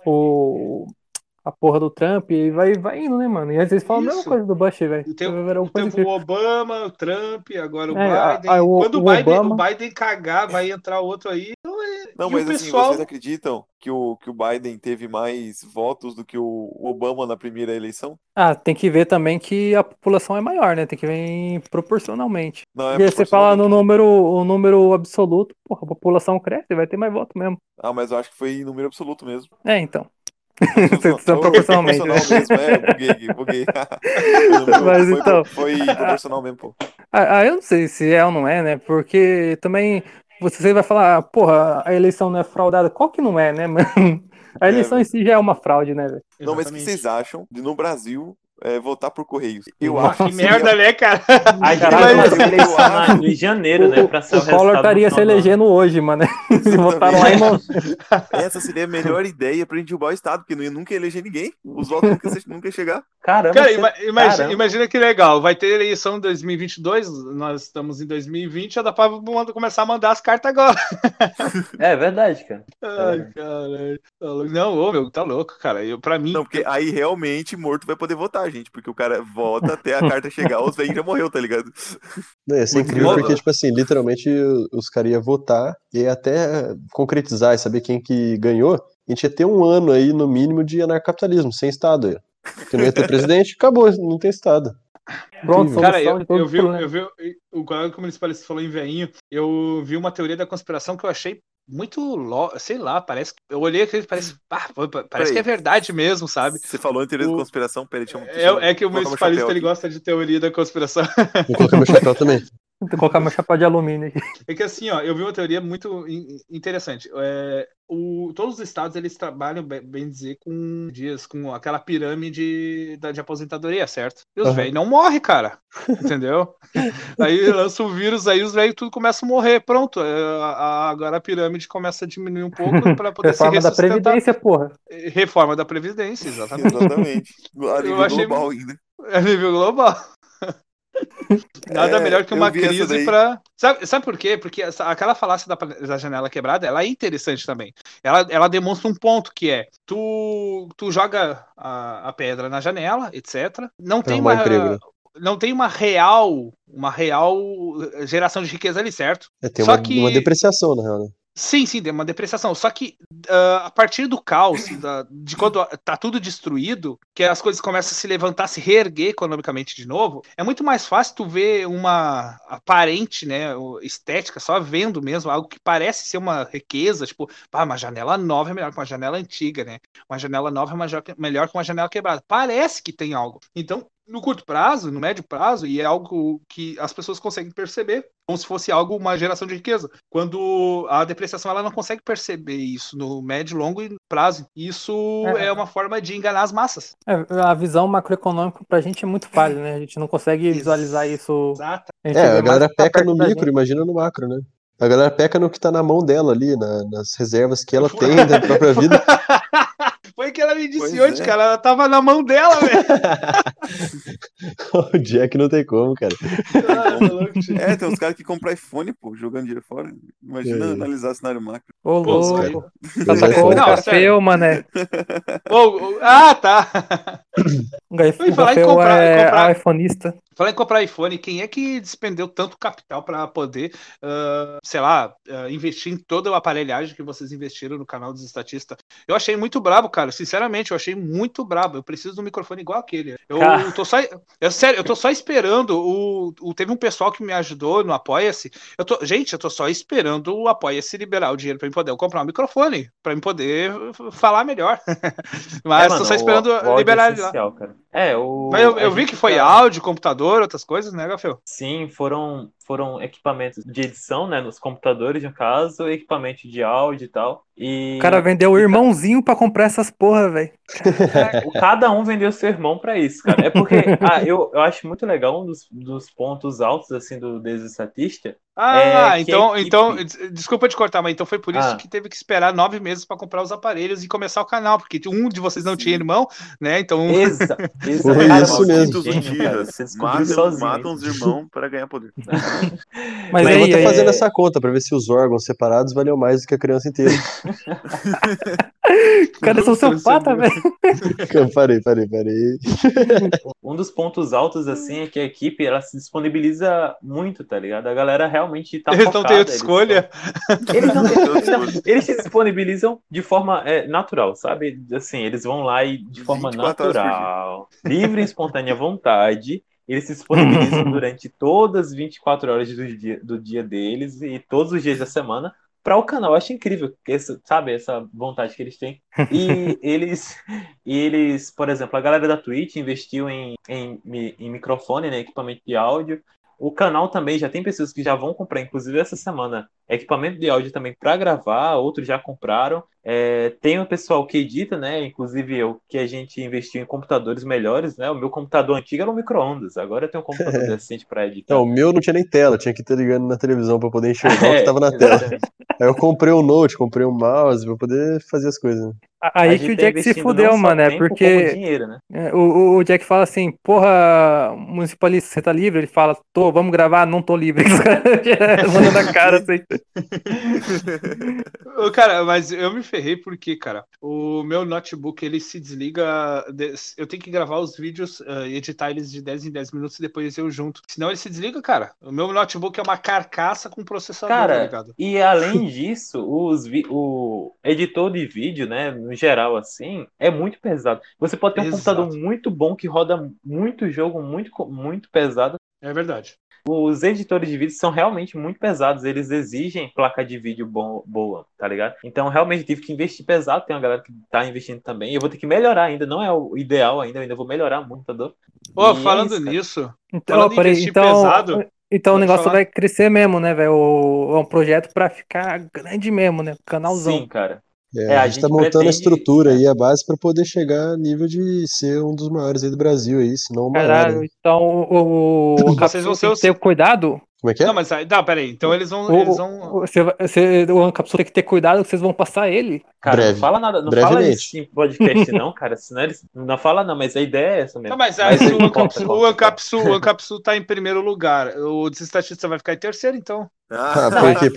a porra do Trump, e vai indo, né, mano? E às vezes falam a mesma Isso. coisa do Bush, velho. Teve o Obama, o Trump, agora o É, Biden. Quando o Obama- o Biden cagar, vai entrar outro aí. Não, E mas o assim, pessoal... vocês acreditam que o Biden teve mais votos do que o Obama na primeira eleição? tem que ver também que a população é maior, né? Tem que ver proporcionalmente. Não, é Porque você fala proporcionalmente. o número absoluto, porra, a população cresce, vai ter mais voto mesmo. Ah, mas eu acho que foi em número absoluto mesmo. Então. Não, Proporcionalmente, né? proporcional mesmo, buguei. Mas então- Foi proporcional mesmo, pô. Eu não sei se é ou não é, né? Porque também você vai falar, porra, a eleição não é fraudada. Qual que não é, né, mano? A eleição em si já é uma fraude, né, velho? Não, mas o que Exatamente. vocês acham de no Brasil votar por Correios? Eu Nossa, acho Que que merda, né, cara? A gente Caralho, vai mas fazer eleição em janeiro, né? Pra ser O Collor resultado estaria no se final do ano. elegendo hoje, mano. Se votaram lá em Essa seria a melhor ideia pra gente derrubar o Estado, porque não ia nunca eleger ninguém. Os votos nunca ia chegar. Caramba, Cara, caramba. imagina que legal. Vai ter eleição em 2022, nós estamos em 2020, já dá pra começar a mandar as cartas agora. É verdade, cara. Ai, caralho. Não, ô, meu, tá louco, cara. Pra mim, Não, porque aí realmente morto vai poder votar, gente. Porque o cara vota até a carta chegar, os velhos já morreu, tá ligado? Não, ia ser Muito incrível bom. porque, tipo assim, literalmente os caras iam votar e até concretizar e saber quem que ganhou, a gente ia ter um ano aí, no mínimo, de anarcapitalismo, sem Estado aí. Porque não ia ter presidente, acabou, não tem Estado. Pronto, Incrível. Cara, solução de todos os problemas. eu vi o colega municipalista falou em veinho, eu vi uma teoria da conspiração que eu achei muito, sei lá, parece, eu olhei aquilo e parece que é Peraí. verdade mesmo, sabe? Você falou em teoria da O- conspiração, peraí, deixa eu É que o colocar meu municipalista chapéu ele aqui. gosta de teoria da conspiração. Vou colocar meu chapéu também. Vou colocar meu chapéu de alumínio aqui. É que assim, ó, eu vi uma teoria muito interessante. Todos os estados eles trabalham, bem dizer, com aquela pirâmide de aposentadoria, certo? E os Aham. velhos não morrem, cara. Entendeu? Aí lança o vírus, aí os velhos tudo começam a morrer. Pronto. Agora a pirâmide começa a diminuir um pouco para poder se Reforma da ressuscitar. Previdência, porra. Reforma da Previdência, exatamente. Exatamente. A Eu nível achei- global ainda. A nível global. Nada melhor que eu uma vi essa crise daí. pra. Sabe por quê? Porque aquela falácia da janela quebrada, ela é interessante também. Ela demonstra um ponto que é: tu joga a pedra na janela, etc. Não Pra tem arrumar emprego, né? não tem uma real geração de riqueza ali, certo? Tem Só uma que depreciação, na real, né? Sim, tem uma depreciação. Só que a partir do caos, de quando tá tudo destruído, que as coisas começam a se levantar, se reerguer economicamente de novo, é muito mais fácil tu ver uma aparente, né, estética, só vendo mesmo, algo que parece ser uma riqueza, tipo, uma janela nova é melhor que uma janela antiga, né? Uma janela nova é melhor que uma janela quebrada. Parece que tem algo. Então, no curto prazo, no médio prazo, e é algo que as pessoas conseguem perceber, como se fosse algo, uma geração de riqueza. Quando a depreciação ela não consegue perceber isso no médio, longo prazo. Isso é uma forma de enganar as massas. A visão macroeconômica pra gente é muito falha, né? A gente não consegue visualizar isso. Exato. A gente A vê mais galera o que tá peca perto no da micro, gente. imagina no macro, né? A galera peca no que tá na mão dela ali, nas reservas que ela tem da própria vida. Foi o que ela me disse Pois hoje, é. cara. Ela tava na mão dela, velho. O Jack não tem como, cara. Tem uns caras que compram iPhone, pô, jogando dinheiro fora. Imagina analisar cenário macro. Ô, Pô, louco. Mas Tá é com o foda. Não, sério. Gafeu, mané. Tá. O E falar em Gafeu comprar- é comprar- iPhoneista. Falar em comprar iPhone, quem é que despendeu tanto capital para poder, sei lá, investir em toda a aparelhagem que vocês investiram no canal dos estatistas? Eu achei muito brabo, cara. Sinceramente, eu achei muito brabo. Eu preciso de um microfone igual aquele. Cara. Sério, eu tô só esperando. Teve um pessoal que me ajudou no Apoia-se. Gente, eu tô só esperando o Apoia-se liberar o dinheiro para eu poder comprar um microfone, para eu poder falar melhor. Mas tô só esperando o áudio liberar é ele lá. essencial, cara. Mas eu vi que foi áudio, computador, outras coisas, né, Gafel? Sim, foram equipamentos de edição, né, nos computadores, no caso, equipamento de áudio e tal. O cara vendeu o irmãozinho pra comprar essas porra, velho. Cada um vendeu seu irmão pra isso, cara. É porque eu acho muito legal um dos pontos altos, assim, do Desestatista. Então, desculpa te cortar, mas então foi por isso que teve que esperar 9 meses para comprar os aparelhos e começar o canal, porque um de vocês não tinha irmão, né? Então. Foi Cara, isso mesmo. Malditos Uchihas, você descobriu sozinho. Matam os irmãos para ganhar poder. Mas eu vou aí, até fazendo essa conta pra ver se os órgãos separados valiam mais do que a criança inteira. o cara é sociopata, velho. Parei. Um dos pontos altos, assim, é que a equipe, ela se disponibiliza muito, tá ligado? A galera realmente tá Eles focada. não têm outra escolha. Eles se disponibilizam de forma natural, sabe? Assim, eles vão lá e de forma 24 horas por natural, livre e espontânea vontade, eles se disponibilizam durante todas as 24 horas do dia deles e todos os dias da semana para o canal. Eu acho incrível, sabe, essa vontade que eles têm. E eles, por exemplo, a galera da Twitch investiu em microfone, né, equipamento de áudio. O canal também já tem pessoas que já vão comprar, inclusive essa semana, equipamento de áudio também para gravar, outros já compraram. Tem o pessoal que edita, né? Inclusive eu, que a gente investiu em computadores melhores, né? O meu computador antigo era um micro-ondas, agora eu tenho um computador decente para editar. Não, o meu não tinha nem tela, tinha que estar ligando na televisão para poder enxergar o que estava na tela. Aí eu comprei um note, comprei um mouse para poder fazer as coisas. Aí que o Jack se fudeu, mano, porque dinheiro, né? o Jack fala assim, porra, municipalista, você tá livre? Ele fala, vamos gravar, não tô livre. Manda na cara, assim. Cara, mas eu me ferrei porque, cara, o meu notebook, ele se desliga, eu tenho que gravar os vídeos e editar eles de 10 em 10 minutos e depois eu junto. Senão ele se desliga, cara. O meu notebook é uma carcaça com processador, tá Cara, ligado? e além disso, o editor de vídeo, né, no geral, assim, é muito pesado. Você pode ter um computador Exato. muito bom que roda muito jogo, muito pesado. É verdade. Os editores de vídeo são realmente muito pesados. Eles exigem placa de vídeo boa, tá ligado? Então, realmente, tive que investir pesado. Tem uma galera que tá investindo também. Eu vou ter que melhorar ainda. Não é o ideal ainda. Eu ainda vou melhorar muito, tá doido? Ô, E é falando isso, cara. nisso, Então, falando em peraí, investir pesado, então o pode negócio falar. vai crescer mesmo, né, velho? É um projeto pra ficar grande mesmo, né? Canalzão. Sim, cara. A A gente tá gente montando a pretende. estrutura aí, a base, pra poder chegar a nível de ser um dos maiores aí do Brasil aí, se não o maior, Caralho, hein? então o Vocês vão Ancapsul ser tem que os. ter cuidado. Como é que é? Não, mas aí. Não, peraí. Então eles vão. O Ancapsul tem que ter cuidado que vocês vão passar ele. Cara, não Breve. fala nada, não fala isso Brevemente. em podcast, não, cara. Senão eles. Não fala, não, mas a ideia é essa mesmo. Não, mas aí se o corta. Ancapsul tá em primeiro lugar, o Desestatista vai ficar em terceiro, então. Ah, por quê?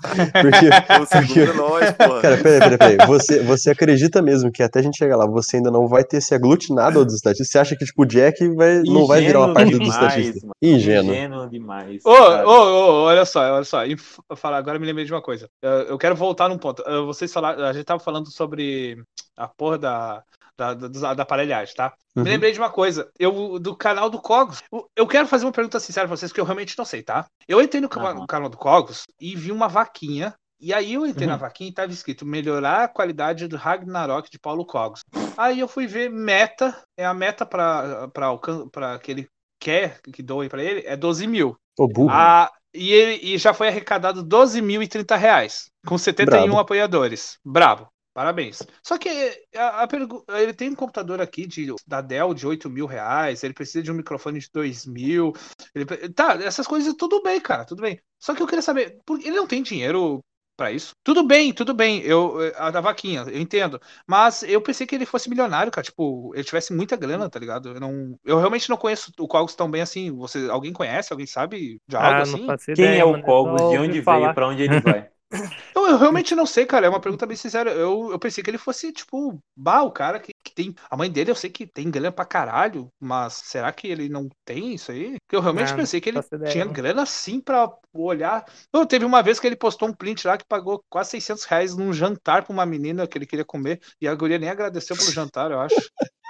O segundo é nós, pô. Cara, peraí. Você acredita mesmo que até a gente chegar lá, você ainda não vai ter se aglutinado ao Desestatista? Você acha que, tipo, o Jack não vai virar uma parte do Desestatista? Mano. Ingênuo. Ingênuo demais. Olha só. Agora me lembrei de uma coisa. Eu quero voltar num ponto. Vocês falaram, a gente tava falando sobre a porra da aparelhagem, tá? Uhum. Me lembrei de uma coisa. Do canal do Cogos. Eu quero fazer uma pergunta sincera pra vocês, que eu realmente não sei, tá? Eu entrei no canal do Cogos e vi uma vaquinha. E aí eu entrei na vaquinha e tava escrito melhorar a qualidade do Ragnarok de Paulo Cogos. Aí eu fui ver meta. É a meta pra que ele quer que doe pra ele é 12 mil. Ô, burro. E já foi arrecadado R$12.030 com 71 Brabo. apoiadores. Brabo. Parabéns. Só que ele tem um computador aqui da Dell de R$8.000, ele precisa de um microfone de 2.000. Tá, essas coisas tudo bem, cara, tudo bem. Só que eu queria saber, ele não tem dinheiro pra isso? Tudo bem, a da vaquinha, eu entendo. Mas eu pensei que ele fosse milionário, cara, tipo, ele tivesse muita grana, tá ligado? Eu realmente não conheço o Cogos tão bem assim. Alguém conhece? Alguém sabe de algo Não assim? faço Quem ideia, é o mano, Cogos? só De ouvi onde falar. veio? Pra onde ele vai? Eu realmente não sei, cara. É uma pergunta bem sincera. Eu pensei que ele fosse, tipo, o cara que tem. A mãe dele eu sei que tem grana pra caralho, mas será que ele não tem isso aí? Porque eu realmente pensei que ele faço ideia, tinha não. grana sim pra olhar. Teve uma vez que ele postou um print lá que pagou quase R$600 num jantar pra uma menina que ele queria comer e a guria nem agradeceu pelo jantar, eu acho.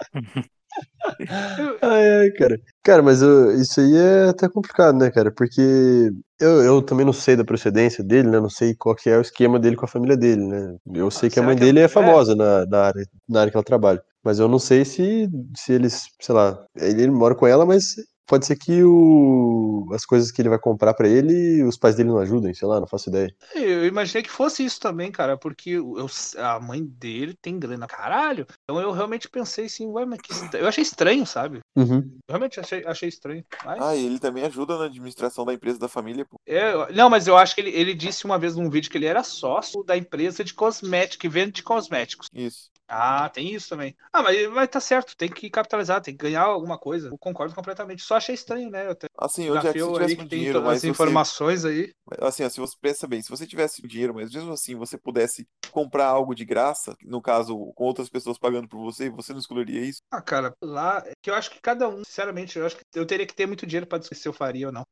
Ai, cara. Cara, mas isso aí é até complicado, né, cara? Porque eu também não sei da procedência dele, né? Não sei qual que é o esquema dele com a família dele, né? Eu sei que a será mãe que dele é famosa na área que ela trabalha. Mas eu não sei se eles, sei lá, ele mora com ela, mas pode ser que as coisas que ele vai comprar pra ele, os pais dele não ajudem, sei lá, não faço ideia. Eu imaginei que fosse isso também, cara, porque a mãe dele tem grana, caralho. Então eu realmente pensei assim, ué, mas eu achei estranho, sabe? Uhum. Eu realmente achei estranho. Mas... E ele também ajuda na administração da empresa da família, pô. Não, mas eu acho que ele disse uma vez num vídeo que ele era sócio da empresa de cosméticos, que vende cosméticos. Isso. Tem isso também. Mas tá certo, tem que capitalizar, tem que ganhar alguma coisa. Eu concordo completamente. Só achei estranho, né? Eu até Assim, onde é que se tivesse aí com que tem dinheiro, todas mas as você... informações aí. Assim, se você pensa bem, se você tivesse dinheiro, mas mesmo assim você pudesse comprar algo de graça, no caso, com outras pessoas pagando por você, você não escolheria isso? Cara, lá, que eu acho que cada um, sinceramente, eu acho que eu teria que ter muito dinheiro pra decidir se eu faria ou não.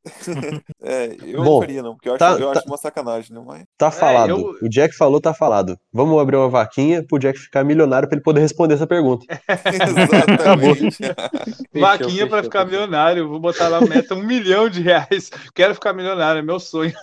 Eu Bom, não faria não, porque eu acho uma sacanagem, não é? Tá falado. O Jack falou, tá falado. Vamos abrir uma vaquinha pro Jack ficar milionário pra ele poder responder essa pergunta. Exatamente. Vaquinha pra ficar milionário. Vou botar lá a meta R$1 milhão. Quero ficar milionário, é meu sonho.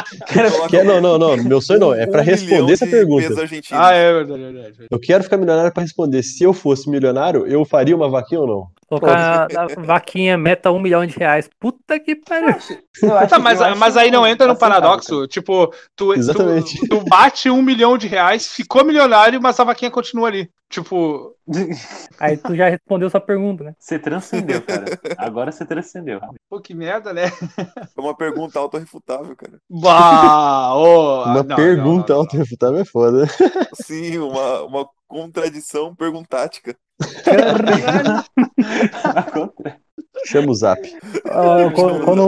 Não, meu sonho não, é pra responder essa pergunta. É verdade. Eu quero ficar milionário pra responder. Se eu fosse milionário, eu faria uma vaquinha ou não? Colocar na vaquinha meta R$1 milhão. Puta que pariu. Mas aí não entra no paradoxo. Tipo, tu bate R$1 milhão, ficou milionário, mas a vaquinha continua ali. Tipo. Aí tu já respondeu sua pergunta, né? Você transcendeu, cara. Agora você transcendeu. Pô, que merda, né? É uma pergunta autorrefutável, cara. Uma pergunta autorrefutável é foda. Sim, uma contradição perguntática. Caralho. Chama o Zap. Quando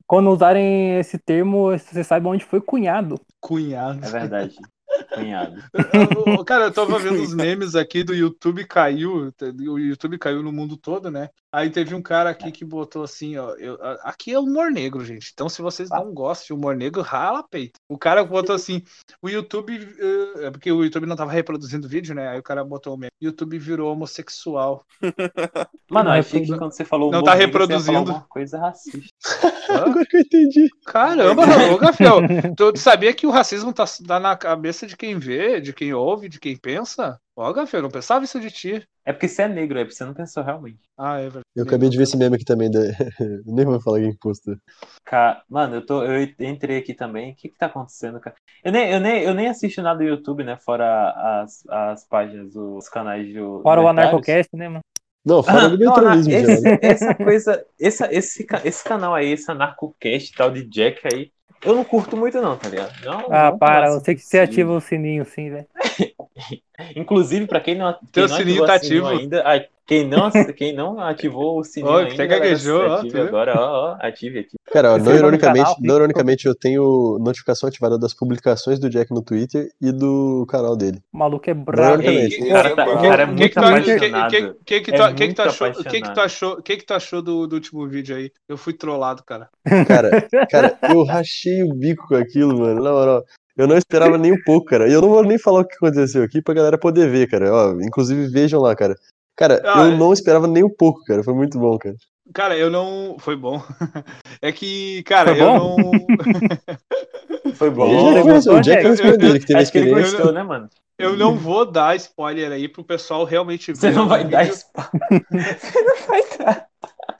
quando usarem esse termo, você sabe onde foi cunhado. Cunhado. É verdade. Cunhado. Cara, eu tava vendo os memes aqui do YouTube caiu. O YouTube caiu no mundo todo, né? Aí teve um cara aqui que botou assim, ó. Aqui é humor negro, gente. Então, se vocês não gostam de humor negro, rala peito. O cara botou assim: o YouTube. É porque o YouTube não tava reproduzindo vídeo, né? Aí o cara botou o meme. YouTube virou homossexual. Mano, Não eu é achei que tudo. quando você falou Não humor tá negro, você ia falar reproduzindo. alguma coisa racista. Agora que eu entendi. Caramba, ô Gafiel, tu sabia que o racismo tá na cabeça de quem vê, de quem ouve, de quem pensa? Ó, Gafiel, eu não pensava isso de ti. É porque você é negro, é porque você não pensou realmente. Ah, é verdade. Eu acabei de ver esse meme aqui também. Nem vou falar quem postou. Mano, eu entrei aqui também. O que tá acontecendo, cara? Eu nem assisto nada do YouTube, né? Fora as páginas, os canais do. Fora o libertários. Anarcocast, né, mano? Não, fora do neutralismo, geral. essa coisa, esse canal aí, esse anarcocast tal de Jack aí, eu não curto muito não, tá ligado? Não Para, faço eu sei que isso. você ativa o sininho, sim, velho. Inclusive, pra quem não Teu sininho ativou tá o sininho ativo. ainda, quem não ativou o sininho Ó, ainda, até galera, gaguejou, ó, ative tu viu? agora, ó, ative. Cara, ó, Se inscreva no canal, não ironicamente, eu tenho notificação ativada das publicações do Jack no Twitter e do canal dele. O maluco é Não, brabo. ironicamente. O cara é O muito apaixonado. que tu achou? O que tu achou do último vídeo aí? Eu fui trollado, cara. Cara, eu rachei o bico com aquilo, mano. Na moral. Eu não esperava nem um pouco, cara. E eu não vou nem falar o que aconteceu aqui pra galera poder ver, cara. Ó, inclusive, vejam lá, cara. Cara, eu não esperava nem um pouco, cara. Foi muito bom, cara. Cara, eu não. Foi bom. É que, cara, Foi eu bom? não. Foi O bom. Jack gostou, o Jack Jack? respondeu, ele que teve a Acho que ele experiência. gostou, né, mano? Eu não vou dar spoiler aí pro pessoal realmente ver. Você não o vai dar vídeo. spoiler. Você não vai dar.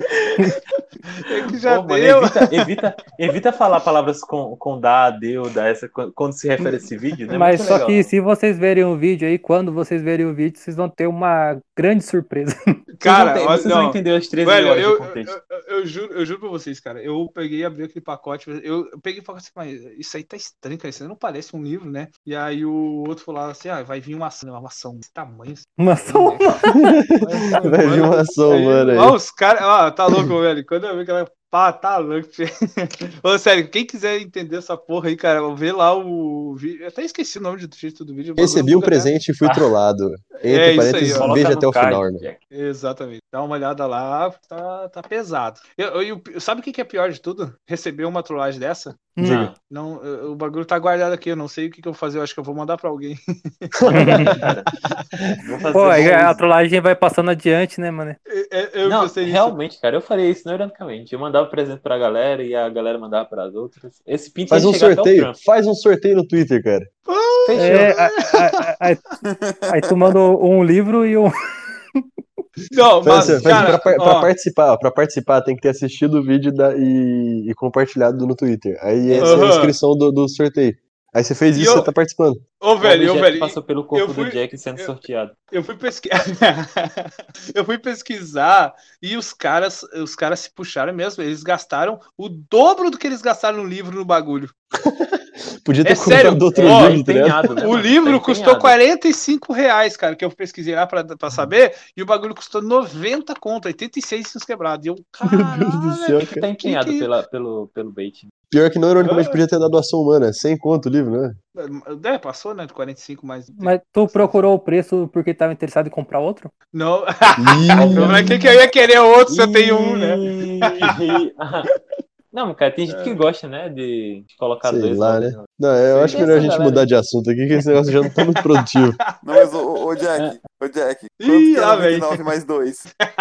É que já Pô, mano, deu. evita falar palavras com dá, deu, dá, quando se refere a esse vídeo, né? Mas Muito só legal. que se vocês verem o vídeo aí, quando vocês verem o vídeo, vocês vão ter uma grande surpresa. Cara, vocês vão não. entender as 13 Velho, mil horas de eu contexto. juro pra vocês, cara. Eu peguei e abri aquele pacote. Eu peguei e falei assim, mas isso aí tá estranho, cara. Isso aí não parece um livro, né? E aí o outro falou assim: vai vir uma ação desse tamanho. Mas só Né? Vai vir uma ação, mano. Aí. Os caras. Tá louco, velho. Quando eu vi aquela. Pá, tá louco. Ô, sério, quem quiser entender essa porra aí, cara, vê lá o vídeo. Eu até esqueci o nome do título do vídeo. Recebi um presente e fui trollado. Entre isso aí, parênteses, ó. veja no até o card, final, irmão. Jack. Exatamente. Dá uma olhada lá, tá pesado. Sabe o que é pior de tudo? Receber uma trollagem dessa? Diga. Não, o bagulho tá guardado aqui, eu não sei o que eu vou fazer, eu acho que eu vou mandar pra alguém. Cara. Vou fazer Pô, bom a uso. trollagem vai passando adiante, né, mano? Eu Não, pensei nisso. realmente, cara, eu faria isso não ironicamente. Eu mandava presente pra galera e a galera mandava pras outras. Esse pinto Faz ia um chegar até o sorteio. trampo. Faz um sorteio no Twitter, cara. Fechou. Aí tu manda um livro e um. Não, mas, Faz cara, pra participar, tem que ter assistido o vídeo e compartilhado no Twitter. Aí essa é a inscrição do sorteio. Aí você fez isso, você tá participando. Ô, O velho, objeto passou pelo corpo do Jack sendo sorteado. Eu fui pesquisar. Eu fui pesquisar e os caras se puxaram mesmo. Eles gastaram o dobro do que eles gastaram no livro no bagulho. Podia ter sério? comprado outro Ó, livro, tá ligado? empenhado, né, O mano? livro Tá custou empenhado. R$45, cara, que eu pesquisei lá pra saber, e o bagulho custou 90 conto, 86 e uns quebrados. E eu, Meu Deus do céu, Que tá empenhado pelo bait. Pior que não, ironicamente, podia ter dado ação humana. 100 conto o livro, né? Passou, né? De 45 mais. Mas tu procurou o preço porque tava interessado em comprar outro? Não. Ih, Pra que eu ia querer outro se eu tenho um, né? Não, cara, tem gente que gosta, né, de colocar sei dois lá, nomes. né? Não, eu acho Essa melhor a gente galera mudar aí. de assunto aqui, que esse negócio já não tá muito produtivo. Não, mas ô Jack, quanto Ih, que é lá vem. 99 mais 2?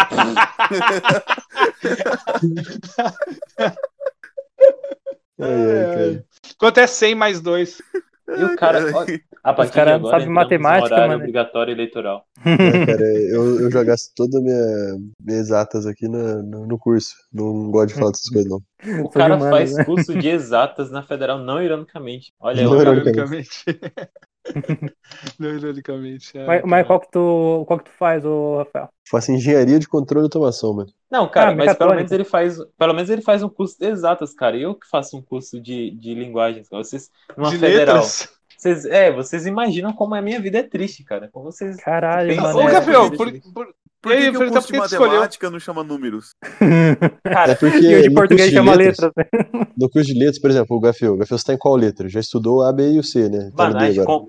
Cara. Quanto é 100 mais 2? E o cara, ó, a partir caras de não agora, sabem entramos matemática, no horário mano. obrigatório eleitoral. Cara, eu já gasto todas as minhas exatas aqui no curso. Não gosto de falar dessas coisas, não. O Sou cara de humanas, faz né? curso de exatas na Federal, não ironicamente. Olha, Não eu, cara. Ironicamente. Não, ironicamente. Mas qual que tu faz, ô Rafael? Faço engenharia de controle e automação, mano. Não, cara, mas pelo mecatrônica. menos ele faz um curso de exatas, cara. Eu que faço um curso de linguagens. Vocês, numa De Federal. letras. Vocês imaginam como a minha vida é triste, cara. Como vocês Caralho, pensam, mano. Ô, é- Gabriel, deixa eu ver. Por E que, aí, que o Felipe, curso por de que tu escolheu? matemática não chama números? Cara, É porque e o de no português curso de chama letras, letras, né? no curso de letras, por exemplo, o Gafel, você tá em qual letra? Já estudou A, B e o C, né? Tá no Mano, a D gente, agora. com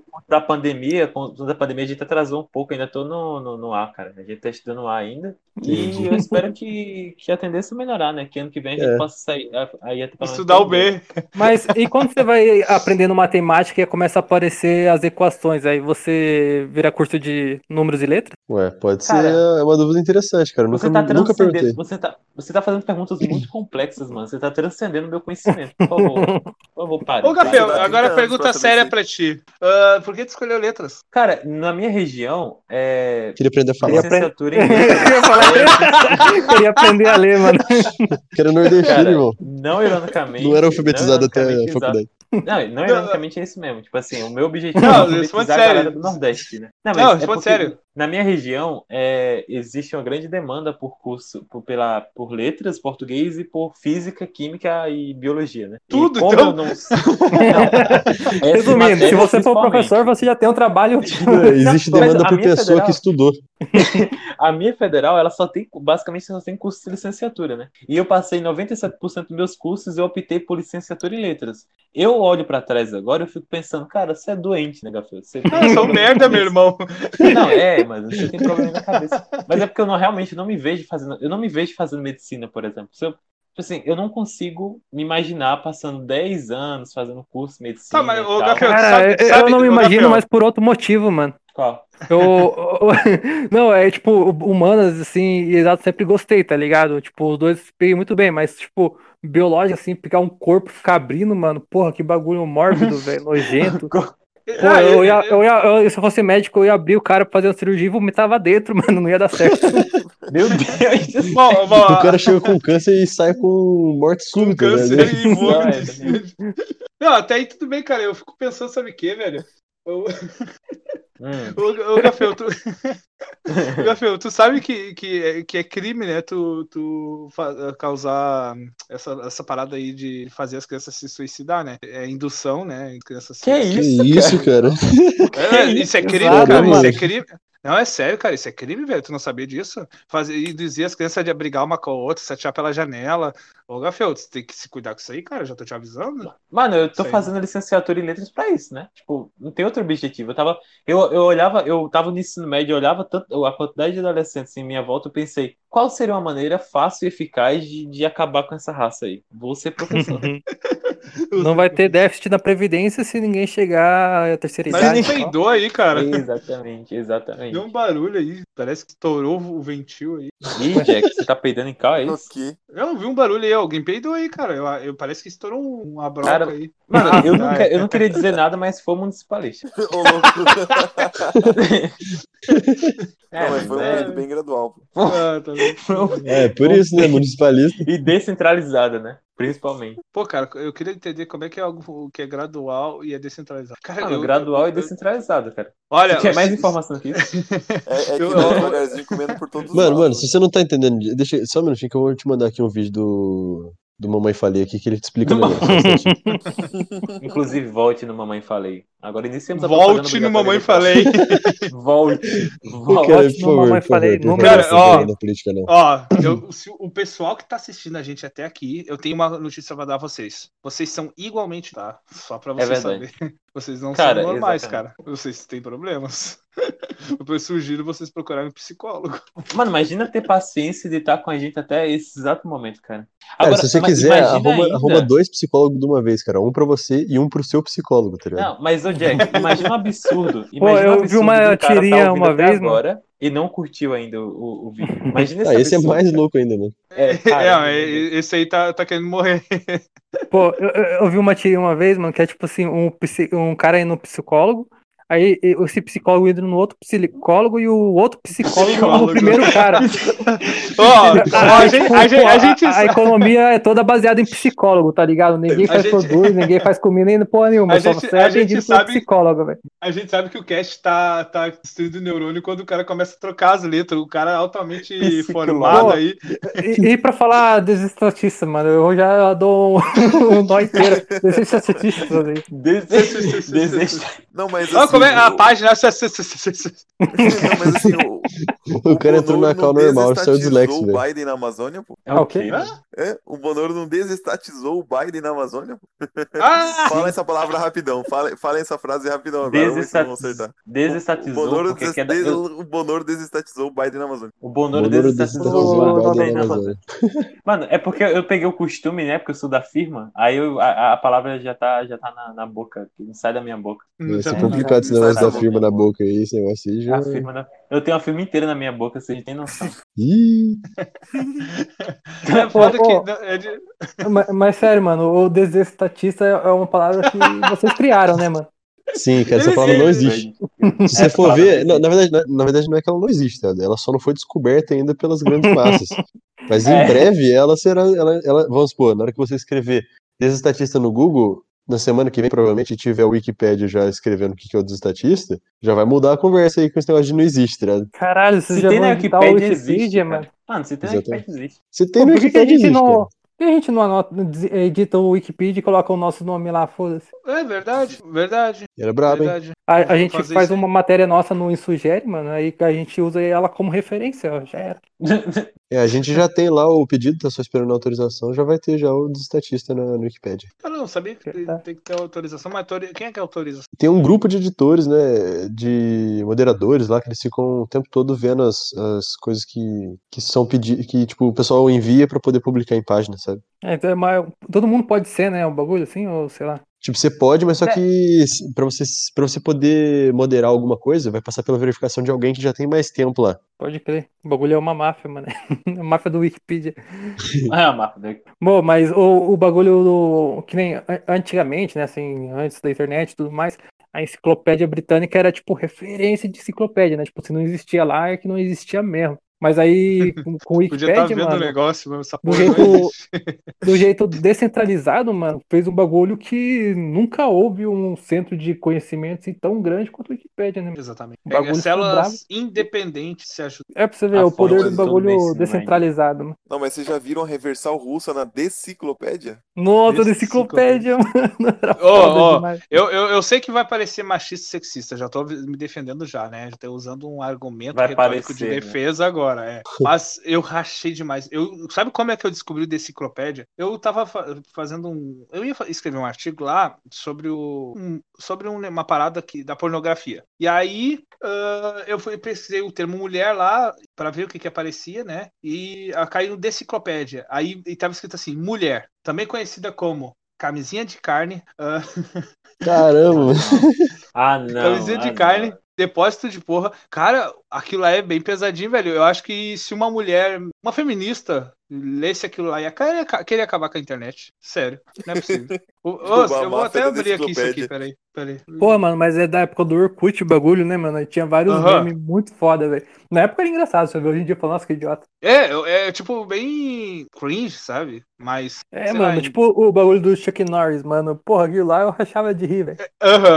da pandemia, a gente atrasou um pouco, ainda tô no A, cara. A gente tá estudando A ainda. E Entendi. eu espero que a tendência é melhorar, né? Que ano que vem a gente É. possa sair, aí até pelo menos Estudar o pelo B. B. Mas e quando você vai aprendendo matemática e começa a aparecer as equações, aí você vira curso de números e letras? Ué, pode ser Cara, uma dúvida interessante, cara. você tá Nunca transcendendo, perguntei. você tá fazendo perguntas muito complexas, mano. Você tá transcendendo o meu conhecimento. Por favor, Ô, pare, Tem que Gafel, pare, estudar pare. 30 agora anos pra pergunta saber séria se... pra ti. Por que tu escolheu letras? Cara, na minha região, Queria aprender a falar. licenciatura em Eu letras ia falar, queria aprender a ler, mano. Que era nordestino, Cara, irmão. não Não era alfabetizado até a exato. faculdade. Não, Não, ironicamente é isso mesmo. Tipo assim, o meu objetivo é não, responde alfabetizar a galera sério. do Nordeste, né? Não, Não, mas é responde porque sério. na minha região existe uma grande demanda por curso, por letras, português e por física, química e biologia, né? Tudo, e como então? eu não... Não, essas Resumindo, se matérias você for principalmente. professor, você já tem um trabalho. Existe Mas demanda a por minha pessoa que federal- estudou. A minha federal, ela basicamente só tem curso de licenciatura, né? E eu passei 97% dos meus cursos e eu optei por licenciatura em letras. Eu olho pra trás agora e eu fico pensando, cara, você é doente, né, Gafel? Você tem Eu sou um problema na merda, meu cabeça. irmão. Não, mas você tem problema na cabeça. Mas é porque realmente não me vejo fazendo. Eu não me vejo fazendo medicina, por exemplo. Tipo assim, eu não consigo me imaginar passando 10 anos fazendo curso de medicina Tá, mas, e ô, tal. Gafel, tu Cara, eu não me ô, imagino, Gafel, mas por outro motivo, mano. Qual? Não, é tipo, humanas, assim, e exato, sempre gostei, tá ligado? Tipo, os dois peguei muito bem, mas, tipo, biológico, assim, pegar um corpo e ficar abrindo, mano, porra, que bagulho mórbido, velho, nojento. Pô, Ah, se eu fosse médico, eu ia abrir o cara pra fazer uma cirurgia e vomitava dentro, mano, não ia dar certo. Meu Deus! bom, O cara chega com câncer e sai com morte com súbita, câncer né? e vômito. Exatamente. Não, até aí tudo bem, cara. Eu fico pensando, sabe o que, velho? Hum. Ô, Gafel, Gafel, tu sabe que é crime, né? Tu causar essa parada aí de fazer as crianças se suicidar, né? É indução, né? Em crianças Que Que isso, isso, cara? Isso é crime, Exato, cara. mano. Isso é crime. Não, é sério, cara. Isso é crime, velho. Tu não sabia disso? Induzir as crianças de brigar uma com a outra, se atirar pela janela. Ô, Gafel, tu tem que se cuidar com isso aí, cara. Já tô te avisando. Mano, eu tô Isso aí. fazendo licenciatura em letras pra isso, né? Tipo, não tem outro objetivo. Eu tava no ensino médio, eu olhava tanto, a quantidade de adolescentes em minha volta, eu pensei, qual seria uma maneira fácil e eficaz de acabar com essa raça aí? Vou ser professor. Não vai ter déficit na Previdência se ninguém chegar à terceira Mas idade. tu peidou aí, cara. Exatamente. Deu um barulho aí. Parece que estourou o ventil aí. Ih, Jack, você tá peidando em cal, é No isso? que? Eu vi um barulho aí. Alguém peidou aí, cara. Parece que estourou uma broca Cara, aí. Mano, Ah, eu não queria dizer nada, mas foi municipalista. Ô, louco. É, Não, mas foi um é- pedido bem gradual. tá bem. É, por isso, né? Municipalista. E descentralizada, né? Principalmente. Pô, cara, eu queria entender como é que é algo que é gradual e é descentralizado. Cara, Mano, gradual e descentralizado, cara. Olha, Você quer mais informação que isso? É que Eu- vai devagarzinho comendo por todos os Mano, lados. mano, se você não tá entendendo, deixa só um minutinho que eu vou te mandar aqui um vídeo do Mamãe Falei aqui que ele te explica Do melhor. Só um instantinho. Inclusive, volte no Mamãe Falei. Agora iniciamos a volte no Mamãe Falei. Volte. Cara, Volte. por no Mamãe favor, Falei, por favor, número Cara, ó, na política não. Ó, se o pessoal que tá assistindo a gente até aqui, eu tenho uma notícia pra dar a vocês. Vocês são igualmente, tá? Só pra vocês verdade. saberem. Vocês não Cara, são normais, exatamente. cara. Vocês têm problemas. Eu sugiro vocês procurarem um psicólogo. Mano, imagina ter paciência de estar com a gente até esse exato momento, cara. Cara, se você mas quiser, imagina arruma 2 psicólogos de uma vez, cara. Um pra você e um pro seu psicólogo, tá ligado? Não, mas, ô Jack, imagina um absurdo. Pô, Imagina um eu vi absurdo uma de um cara tá tirinha ouvindo uma até vez, mano. agora e não curtiu ainda o vídeo. Imagina esse Ah, esse é absurdo, mais cara. louco ainda, né? Cara, Esse aí tá querendo morrer. Pô, eu vi uma tirinha uma vez, mano, que é tipo assim, um cara indo no psicólogo, aí esse psicólogo indo no outro psicólogo e o outro psicólogo no Psicólogo. primeiro cara. Ó, Aí, a tipo, gente- pô, a gente- a economia é toda baseada em psicólogo, tá ligado? Ninguém A faz gente- produz, ninguém faz comida, nem porra nenhuma. A Só gente- você é a gente atendido por sabe- psicólogo, velho. A gente sabe que o cast tá destruindo o neurônio quando o cara começa a trocar as letras. O cara é altamente Psicólogo. formado aí. E pra falar desses estatistas, mano, eu já dou um nó inteiro. Desses estatistas aí. Desejo. Não, mas Ó, assim, como é a página. Não, mas assim, O cara entrou na call normal, saiu dislexo, o velho. Biden na Amazônia, pô. É o quê? O Bonoro não desestatizou o Biden na Amazônia, pô. Ah! Fala essa palavra rapidão. Fala essa frase rapidão agora. Vamos ver se vão acertar. Desestatizou, O Bonoro desestatizou o Biden na Amazônia. O Bonoro Bonoro desestatizou desestatizou o o Biden Biden na na Amazônia. Amazônia. Mano, é porque eu peguei o costume, né? Porque eu sou da firma, aí a palavra já tá na boca, não sai da minha boca. Vai ser Já- complicado esse Sai negócio da da firma na boca aí, esse negócio aí já. Eu tenho a firma inteira na minha boca, vocês têm noção. Ih, É foda que. Ô, mas sério, mano, o desestatista é uma palavra que vocês criaram, né, mano? sim, cara, essa Ele palavra sim, não existe. Se você Essa for palavra ver, não existe. na verdade não é que ela não existe, tá? Ela só não foi descoberta ainda pelas grandes massas. Mas em É. breve ela será, vamos supor, na hora que você escrever desestatista no Google, na semana que vem provavelmente tiver a Wikipédia já escrevendo o que é o desestatista, já vai mudar a conversa aí com esse negócio de não existe, tá? ligado? Caralho, vocês Se já tem vão na editar o Wikipédia, Wikipedia, existe, mano. cara. Mano, se tem na Exatamente. Wikipédia, existe. Se tem Pô, no por que a Wikipédia gente existe, cara. não. Por que a gente não edita o Wikipedia e coloca o nosso nome lá, foda-se? É verdade, verdade. Era brabo, hein? Verdade. A Vou gente fazer faz isso aí. uma matéria nossa no Insugere, mano, aí a gente usa ela como referência, ó, já era. A gente já tem lá o pedido, tá só esperando a autorização, já vai ter já o desestatista no Wikipédia. Eu não sabia que tem que ter autorização, mas quem é que autoriza? Tem um grupo de editores, né, de moderadores lá, que eles ficam o tempo todo vendo as coisas que são pedidas, que tipo, o pessoal envia pra poder publicar em página, sabe? Então, mas todo mundo pode ser, né, um bagulho assim, ou sei lá. Tipo, você pode, mas só que pra você poder moderar alguma coisa, vai passar pela verificação de alguém que já tem mais tempo lá. Pode crer. O bagulho é uma máfia, mano. A máfia do Wikipedia. Ah, mapa. Bom, mas o bagulho que nem antigamente, né, assim, antes da internet e tudo mais, a enciclopédia britânica era tipo referência de enciclopédia, né? Tipo, se não existia lá, é que não existia mesmo. Mas aí, com o Podia estar Wikipedia, vendo o mano, negócio, mas essa do porra não jeito, existe. do jeito descentralizado, mano, fez um bagulho que nunca houve um centro de conhecimentos assim, tão grande quanto o Wikipedia, né? Exatamente. O bagulho ficou Células bravo. independentes se ajudam. É pra você ver A o poder fonte do de todo bagulho conhecimento. descentralizado, mano. Não, mas vocês já viram a reversal russa na Deciclopédia? Nossa, da enciclopédia, mano. Era foda demais. Eu sei que vai parecer machista e sexista, já tô me defendendo já, né? Já tô usando um argumento Vai retórico parecer, de né? defesa agora, é. Mas eu rachei demais. Sabe como é que eu descobri o Deciclopédia? Eu tava fazendo eu ia escrever um artigo lá sobre uma parada da pornografia. E aí eu pesquisei o termo mulher lá pra ver o que aparecia, né? E caiu no Deciclopédia. Aí e tava escrito assim, mulher, também conhecida como camisinha de carne, Caramba, Ah, não. camisinha de carne, depósito de porra. Cara, aquilo lá é bem pesadinho, velho. Eu acho que se uma mulher, uma feminista, lesse aquilo lá, ia querer acabar com a internet. Sério, não é possível. Eu vou até abrir aqui isso aqui, peraí. Pô, mano, mas é da época do Orkut o bagulho, né, mano? Tinha vários memes muito foda, velho. Na época era engraçado, você vê hoje em dia falando, nossa, que idiota. É tipo bem cringe, sabe? Mas. É, mano, tipo o bagulho do Chuck Norris, mano. Porra, aquilo lá eu rachava de rir, velho.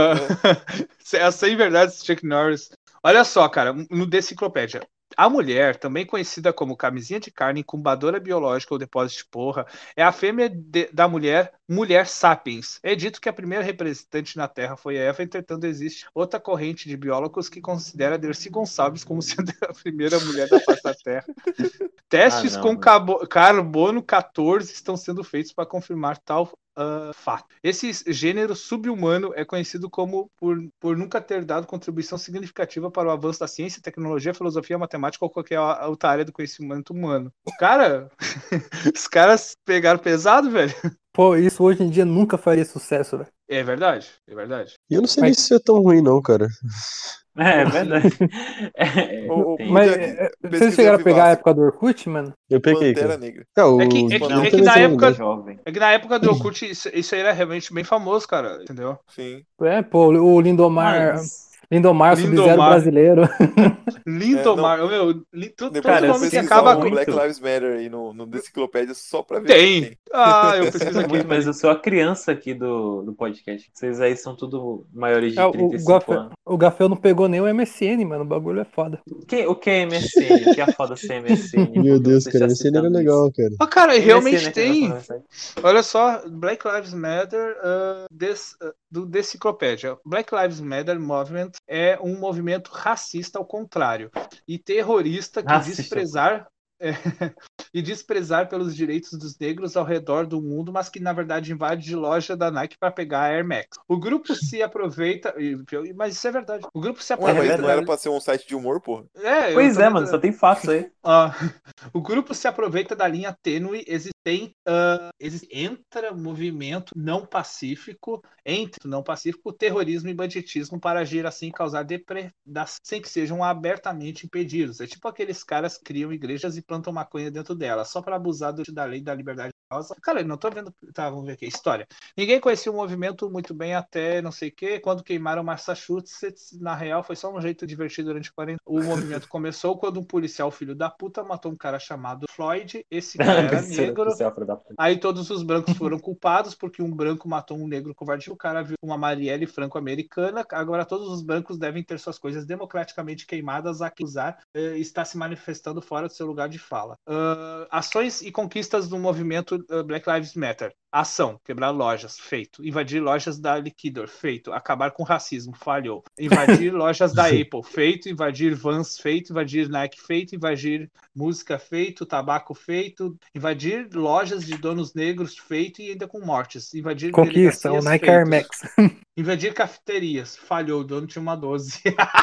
Sem verdade, Chuck Norris. Olha só, cara, no Deciclopédia. A mulher, também conhecida como camisinha de carne, incubadora biológica ou depósito de porra, é a fêmea da mulher sapiens. É dito que a primeira representante na Terra foi Eva, entretanto existe outra corrente de biólogos que considera Dercy Gonçalves como sendo a primeira mulher da face da Terra. Testes com carbono 14 estão sendo feitos para confirmar tal fato. Esse gênero subhumano é conhecido como por nunca ter dado contribuição significativa para o avanço da ciência, tecnologia, filosofia, matemática ou qualquer outra área do conhecimento humano. Cara, os caras pegaram pesado, velho. Pô, isso hoje em dia nunca faria sucesso, velho. É verdade, é verdade. E eu não sei nem se isso é tão ruim, não, cara. É verdade. Mas vocês chegaram a pegar a época do Orkut, mano? Eu peguei, Pantera cara. Negra. É que na época. Jovem. É que na época do Orkut isso aí era realmente bem famoso, cara, entendeu? Sim. É, pô, o Lindomar. Lindomar, Sub-Zero Lindomar. brasileiro. Lindomar, todo Cara, nome que pesquisar acaba o com... Black Lives Matter aí no Deciclopédia só pra ver. Tem. Ah, eu preciso Sinto aqui. muito, mas eu sou a criança aqui do podcast. Vocês aí são tudo maiores de 35 anos. O Gafel não pegou nem o MSN, mano. O bagulho é foda. O que é MSN? O que é foda ser MSN? Meu Por que Deus, você cara, está esse era citando legal, isso? cara. Ah, cara, MSN, realmente né, tem. que Olha só, Black Lives Matter do Deciclopédia. Black Lives Matter Movement é um movimento racista ao contrário e terrorista que desprezar pelos direitos dos negros ao redor do mundo, mas que na verdade invade loja da Nike para pegar a Air Max. O grupo se aproveita, mas isso é verdade. O grupo se Ué, aproveita. mas não era pra ser um site de humor, porra? Pois é, mano, só tem fatos aí. O grupo se aproveita da linha tênue entra movimento não pacífico, terrorismo e banditismo para agir assim e causar depredação sem que sejam abertamente impedidos. É tipo aqueles caras que criam igrejas e plantam maconha dentro delas, só para abusar da lei da liberdade. Cara, eu não tô vendo. Tá, vamos ver aqui. História. Ninguém conhecia o movimento muito bem até não sei o que. Quando queimaram Massachusetts, na real, foi só um jeito divertido durante 40. O movimento começou quando um policial filho da puta matou um cara chamado Floyd. Esse cara era negro. Aí todos os brancos foram culpados porque um branco matou um negro covarde. O cara viu uma Marielle franco-americana. Agora todos os brancos devem ter suas coisas democraticamente queimadas. Acusar está se manifestando fora do seu lugar de fala. Ações e conquistas do movimento Black Lives Matter. Ação, quebrar lojas, feito. Invadir lojas da Liquidor, feito. Acabar com racismo, falhou. Invadir lojas da Apple, feito. Invadir Vans, feito. Invadir Nike, feito. Invadir música, feito. Tabaco, feito. Invadir lojas de donos negros, feito. E ainda com mortes. Invadir Conquista, o Nike Air Max. Invadir cafeterias, falhou. O dono tinha uma 12.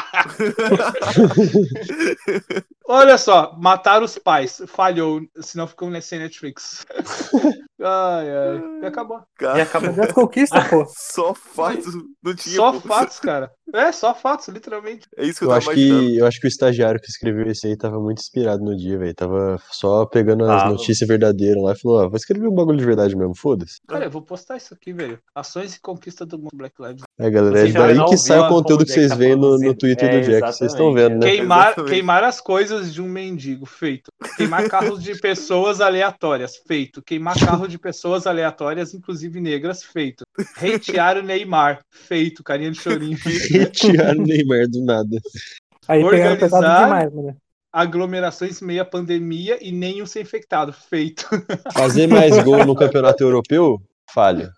Olha só, matar os pais, falhou, senão ficam sem Netflix. Ai. E acabou. Cara, E acabou. Mas conquista, pô. só fatos, não tinha. Só pô. fatos, cara. Só fatos, literalmente. É isso que eu tava imaginando. Eu acho que o estagiário que escreveu esse aí tava muito inspirado no dia, velho. Tava só pegando as notícias verdadeiras lá e falou, vou escrever um bagulho de verdade mesmo, foda-se. Cara, eu vou postar isso aqui, velho. Ações e conquista do mundo Black Lives. Galera, Vocês é já daí não que sai o viram conteúdo como que vocês tá veem no produzido. Twitter do Jack. Vocês estão vendo, né? Queimar as coisas de um mendigo, feito. Queimar carros de pessoas aleatórias, feito. Queimar carro de pessoas aleatórias, inclusive negras, feito. Hatear o Neymar, feito. Carinha de chorinho. Retirar o Neymar do nada. Aí pegaram pesado Organizar demais, mano. aglomerações meia pandemia e nenhum ser infectado, feito. Fazer mais gol no campeonato europeu? Falha.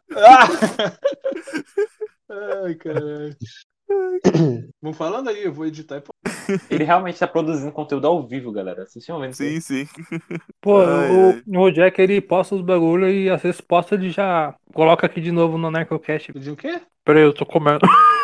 Ai, caralho. Vamos falando aí, eu vou editar e Ele realmente tá produzindo conteúdo ao vivo, galera. Vocês estão vendo? Sim, sim. Pô, Ai. o Jack, ele posta os bagulho e às vezes posta, ele já coloca aqui de novo no Narcocast. de o quê? Peraí, eu tô comendo.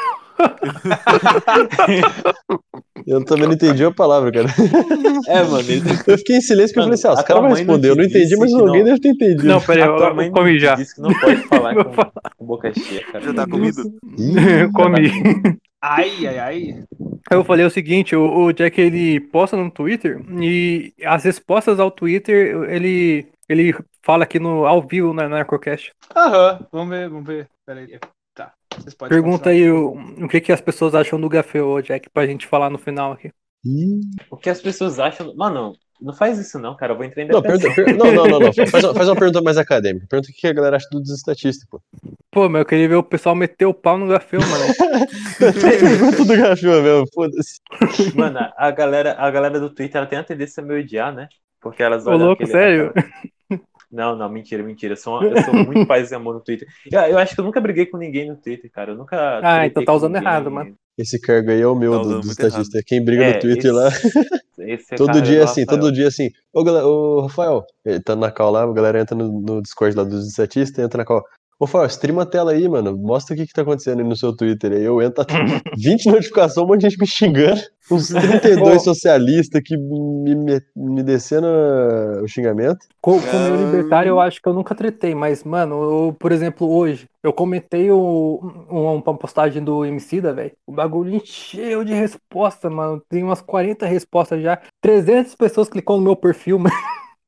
Eu também não entendi a palavra, cara. Mano. Eu fiquei em silêncio porque eu falei assim, os caras vão responder. Eu não entendi, mas alguém deve ter entendido. Não, peraí, A tua eu mãe comi já. disse que não pode falar com boca cheia, cara. Já tá comido? Comi. Ai. Eu falei o seguinte, o Jack, ele posta no Twitter e as respostas ao Twitter, ele fala aqui ao vivo na Narcocast. Aham, vamos ver. Peraí. Tá. Vocês podem Pergunta continuar. aí o que as pessoas acham do Gafel, Jack, pra gente falar no final aqui. O que as pessoas acham... Mano, não faz isso não, cara. Eu vou entrar em Não, depressão. não. Faz uma pergunta mais acadêmica. Pergunta o que a galera acha dos estatistas, pô. Pô, mas eu queria ver o pessoal meter o pau no Gafel, mano. Pergunta do Gafel mesmo, foda-se. Mano, a galera do Twitter, ela tem a tendência a me odiar, né? Porque elas Ô, olham louco, sério? Não, mentira. Eu sou muito paz e amor no Twitter. Eu acho que eu nunca briguei com ninguém no Twitter, cara. Eu nunca. Então tá usando errado, mano. Esse cargo aí é o meu Tá dos usando muito estatistas. Quem briga no Twitter lá. Todo dia assim. Ô, Rafael, ele tá na call lá, a galera entra no Discord lá dos estatistas, entra na call. Ô, Rafael, streama a tela aí, mano. Mostra o que tá acontecendo aí no seu Twitter. Aí eu entro, 20 notificações, um monte de gente me xingando. Uns 32 socialistas que me descendo o xingamento. Com o meu libertário, eu acho que eu nunca tretei, mas, mano, por exemplo, hoje, eu comentei uma postagem do Emicida, velho. O bagulho encheu de resposta, mano. Tem umas 40 respostas já. 300 pessoas clicou no meu perfil, mano.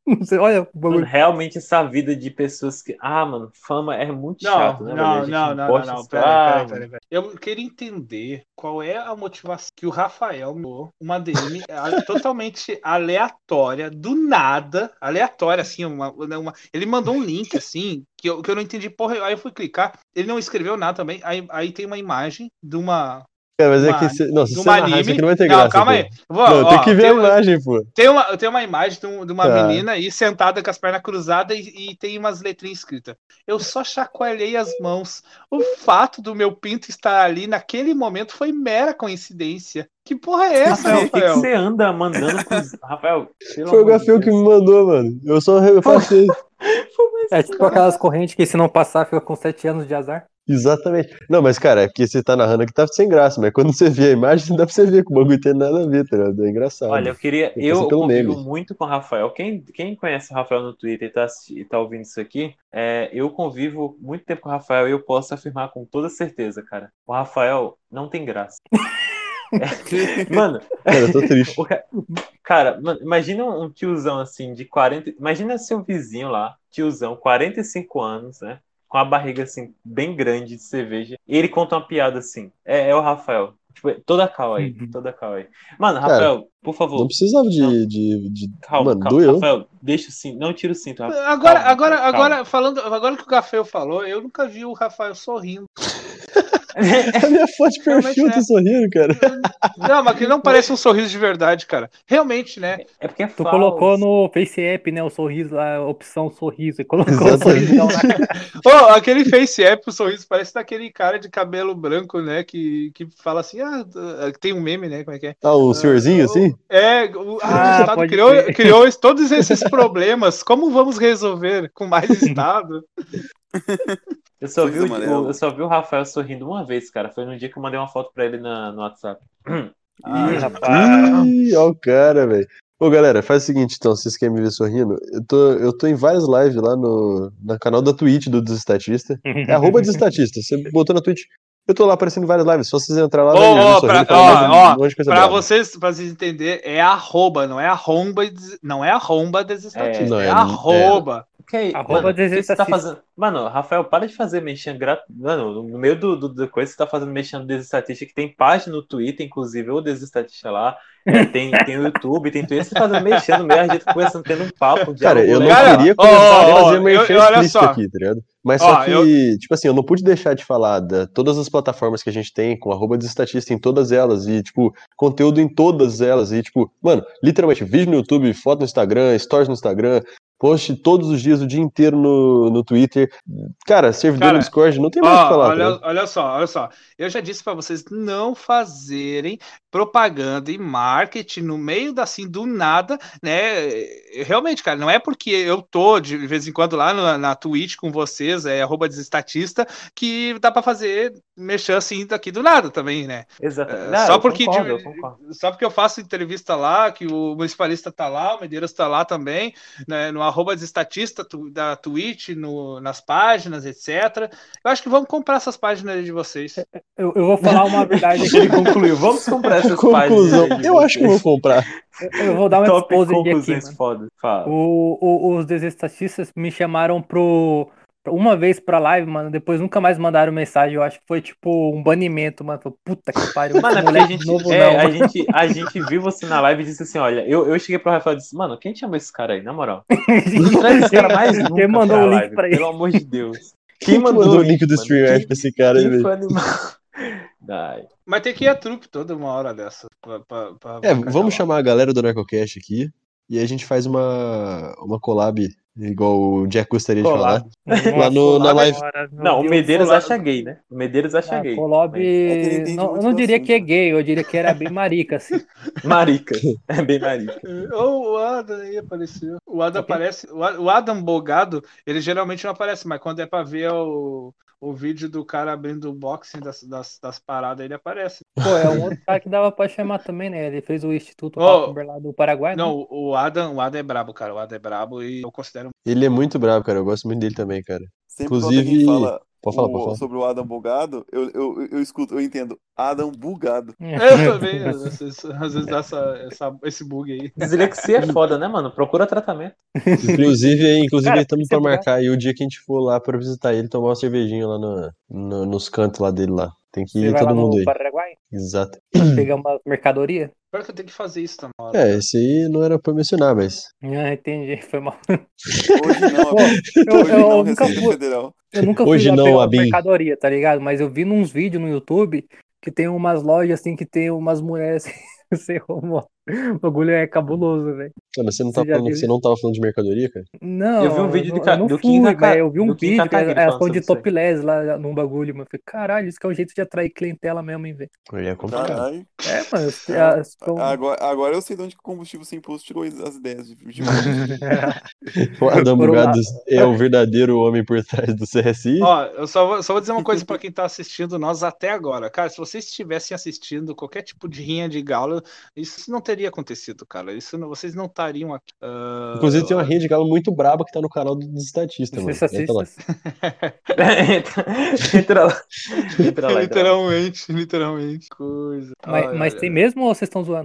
Você olha o Mano, bagulho. realmente essa vida de pessoas que. Ah, mano, fama é muito chato, né, velho? A gente posta as Peraí. mano. Eu queria entender qual é a motivação que o Rafael mandou uma DM totalmente aleatória, do nada, aleatória, assim, ele mandou um link, assim, que eu não entendi, porra, aí eu fui clicar, ele não escreveu nada também, aí tem uma imagem de uma... Cara, mas é que não, se de você uma narrar isso aqui anime. não vai ter Não, graça, calma pô. aí. Não, tem que ver a imagem, pô. Eu tenho uma imagem de uma Tá. menina aí sentada com as pernas cruzadas e tem umas letrinhas escritas. Eu só chacoalhei as mãos. O fato do meu pinto estar ali naquele momento foi mera coincidência. Que porra é essa, Rafael, o que Rafael? você anda mandando pros. Rafael, pelo Foi o amor de Gafel que Deus. me mandou, mano. Eu só repassei. É tipo aquelas correntes que se não passar fica com 7 anos de azar. Exatamente. Não, mas, cara, é porque você tá narrando aqui tá sem graça, mas quando você vê a imagem, dá pra você ver que o bagulho tem nada a ver, tá ligado? É engraçado. Olha, Eu passei eu pelo convivo meme. muito com o Rafael. Quem conhece o Rafael no Twitter e tá ouvindo isso aqui, eu convivo muito tempo com o Rafael e eu posso afirmar com toda certeza, cara. O Rafael não tem graça. Mano, Cara, eu tô triste. cara, mano, imagina um tiozão assim de 40. Imagina seu vizinho lá, tiozão, 45 anos, né? Com a barriga assim, bem grande de cerveja. E ele conta uma piada assim. É o Rafael. Tipo, toda cal aí, toda cal aí. Mano, Cara, Rafael, por favor. Não precisava Não. Calma, Mano, doeu. Rafael, deixa o cinto. Não tira o cinto, Rafael. Agora, Calma. agora que o Rafael falou, eu nunca vi o Rafael sorrindo. A minha foto de perfil, Realmente, tô sorrindo, cara. Não, mas que não parece um sorriso de verdade, cara. Realmente, né? É porque é Tu falso. colocou no Face App, né, o sorriso lá, a opção sorriso, e colocou o Exatamente. sorrisão lá. Aquele face app, o sorriso, parece daquele cara de cabelo branco, né? Que fala assim, tem um meme, né? Como é que é? Ah, um senhorzinho assim? O Ah, Estado pode criou crer. todos esses problemas. Como vamos resolver com mais Estado? Eu só vi Sorriso amarelo. eu só vi o Rafael sorrindo uma vez, cara. Foi no dia que eu mandei uma foto pra ele no WhatsApp. Ih, rapaz. Ih, ó o cara, velho. Ô, galera, faz o seguinte, então, se vocês querem me ver sorrindo, eu tô em várias lives lá no canal da Twitch do Desestatista. É @Desestatista. Você botou na Twitch. Eu tô lá aparecendo em várias lives. Só vocês entrar lá, vai me ver sorrindo, falar um monte de coisa pra brava. vocês entenderem, é arroba, não é arromba desestatista, Não, é arroba. Ok, Arroba mano, o que você tá desestatista. fazendo? Mano, Rafael, para de fazer mexendo Mano, no meio do coisa, você tá fazendo mexendo desestatista, que tem página no Twitter, inclusive, o desestatista lá. Tem o YouTube, tem Twitter, você tá fazendo mexendo mesmo, a gente conversando, tendo um papo, um Cara, diálogo eu não legal. queria começar a fazer eu- merchan olha explícito só. aqui, tá ligado? Mas só Ó, que, tipo assim, eu não pude deixar de falar de todas as plataformas que a gente tem, com @Desestatista em todas elas, e, tipo, conteúdo em todas elas, e, tipo, mano, literalmente, vídeo no YouTube, foto no Instagram, stories no Instagram, post todos os dias, o dia inteiro no Twitter. Cara, servidor Cara, no Discord, não tem mais o que falar, tá ligado? olha só. Eu já disse pra vocês não fazerem propaganda e marketing no meio do nada, né? Realmente, cara, não é porque eu tô de vez em quando lá na Twitch com vocês, @Desestatista, que dá pra fazer mexer assim daqui do nada também, né? Exatamente. Só Eu porque concordo. só porque eu faço entrevista lá, que o municipalista tá lá, o Medeiros tá lá também, né, no @Desestatista da Twitch, nas páginas, etc. Eu acho que vamos comprar essas páginas aí de vocês. Eu vou falar uma verdade aqui. Ele concluiu, vamos comprar essas Conclusão, páginas. eu acho que eu vou comprar. Eu vou dar uma Top exposed aqui, conclusões mano. foda. Fala. Os desestatistas me chamaram uma vez pra live, mano. Depois nunca mais mandaram mensagem. Eu acho que foi tipo um banimento, mano. Puta que pariu. Mano, é esse porque moleque de novo não. a Mano. gente viu você na live e disse assim: olha, eu cheguei pro Rafael e disse, mano, quem chama esse cara aí, na moral? Não traz esse cara mais nunca. Quem mandou pra o link live, pra ele? pelo amor de Deus. Quem mandou o link do mano? StreamYard pra esse cara aí, Quem velho? foi animal? Ai. Mas tem que ir a trupe toda uma hora dessa. Vamos chamar a galera do NarcoCast aqui e a gente faz uma collab, igual o Jack gostaria de falar. Lá na live. Não, o Medeiros acha gay, né? O Medeiros acha A gay. Collab, Mas- que ele entende eu muito não do diria assunto, que é né? gay, eu diria que era bem marica, assim. Marica. É bem marica. O Adam aí apareceu. O Adam Ok. aparece. O Adam bogado, ele geralmente não aparece, mas quando é pra ver o vídeo do cara abrindo o unboxing das paradas, ele aparece. Pô, é um outro cara que dava pra chamar também, né? Ele fez o Instituto Ô, Falkenberg lá do Paraguai, né? Não, o Adam é brabo, cara. O Adam é brabo e eu considero. Ele é muito bravo, cara. Eu gosto muito dele também, cara. Sempre quando Inclusive, alguém fala Pode falar. sobre o Adam bugado, eu escuto, eu entendo. Adam bugado. Eu também, às vezes dá esse bug aí. Dislexia é foda, né, mano? Procura tratamento. Inclusive Cara, estamos isso é pra bugado. marcar aí o dia que a gente for lá pra visitar ele, tomar uma cervejinha lá nos cantos lá dele lá. Tem que Você ir vai lá todo mundo no aí. Paraguai Exato. pegar uma mercadoria? Pior que eu tenho que fazer isso na hora. Esse aí não era pra mencionar, mas. Ah, entendi, foi mal. Hoje não, Pô, hoje eu não, nunca Receita fui, Federal. eu nunca fui Hoje lá não, pegar uma Abin. mercadoria, tá ligado? Mas eu vi uns vídeos no YouTube que tem umas lojas assim que tem umas mulheres sem rumo. O bagulho é cabuloso, velho. Ah, mas você não Você tá já falando viu que você isso? não tava falando de mercadoria, cara? Eu vi um Não, vídeo eu não do Kim, fui, mas eu vi um do Kim vídeo que Kataguiri elas falando estão de sobre isso aí. topless lá num bagulho, mano. Eu falei, caralho, isso que é um jeito de atrair clientela mesmo, hein, velho. Aí é complicado. Caralho. É, mano, É, ficam... agora eu sei de onde que o combustível sem imposto tirou as ideias de O Adam Foram lá. Bugado é o verdadeiro homem por trás do CSI. Ó, eu só vou dizer uma coisa pra quem tá assistindo nós até agora. Cara, se vocês estivessem assistindo qualquer tipo de rinha de galo, isso não teria acontecido, cara. Vocês não estariam aqui. Inclusive tem uma rinha de galo muito braba que tá no canal do Destatista, mano. Vocês Entra lá. Entra lá. Entra lá. Literalmente. Coisa. Mas tem mesmo ou vocês estão zoando?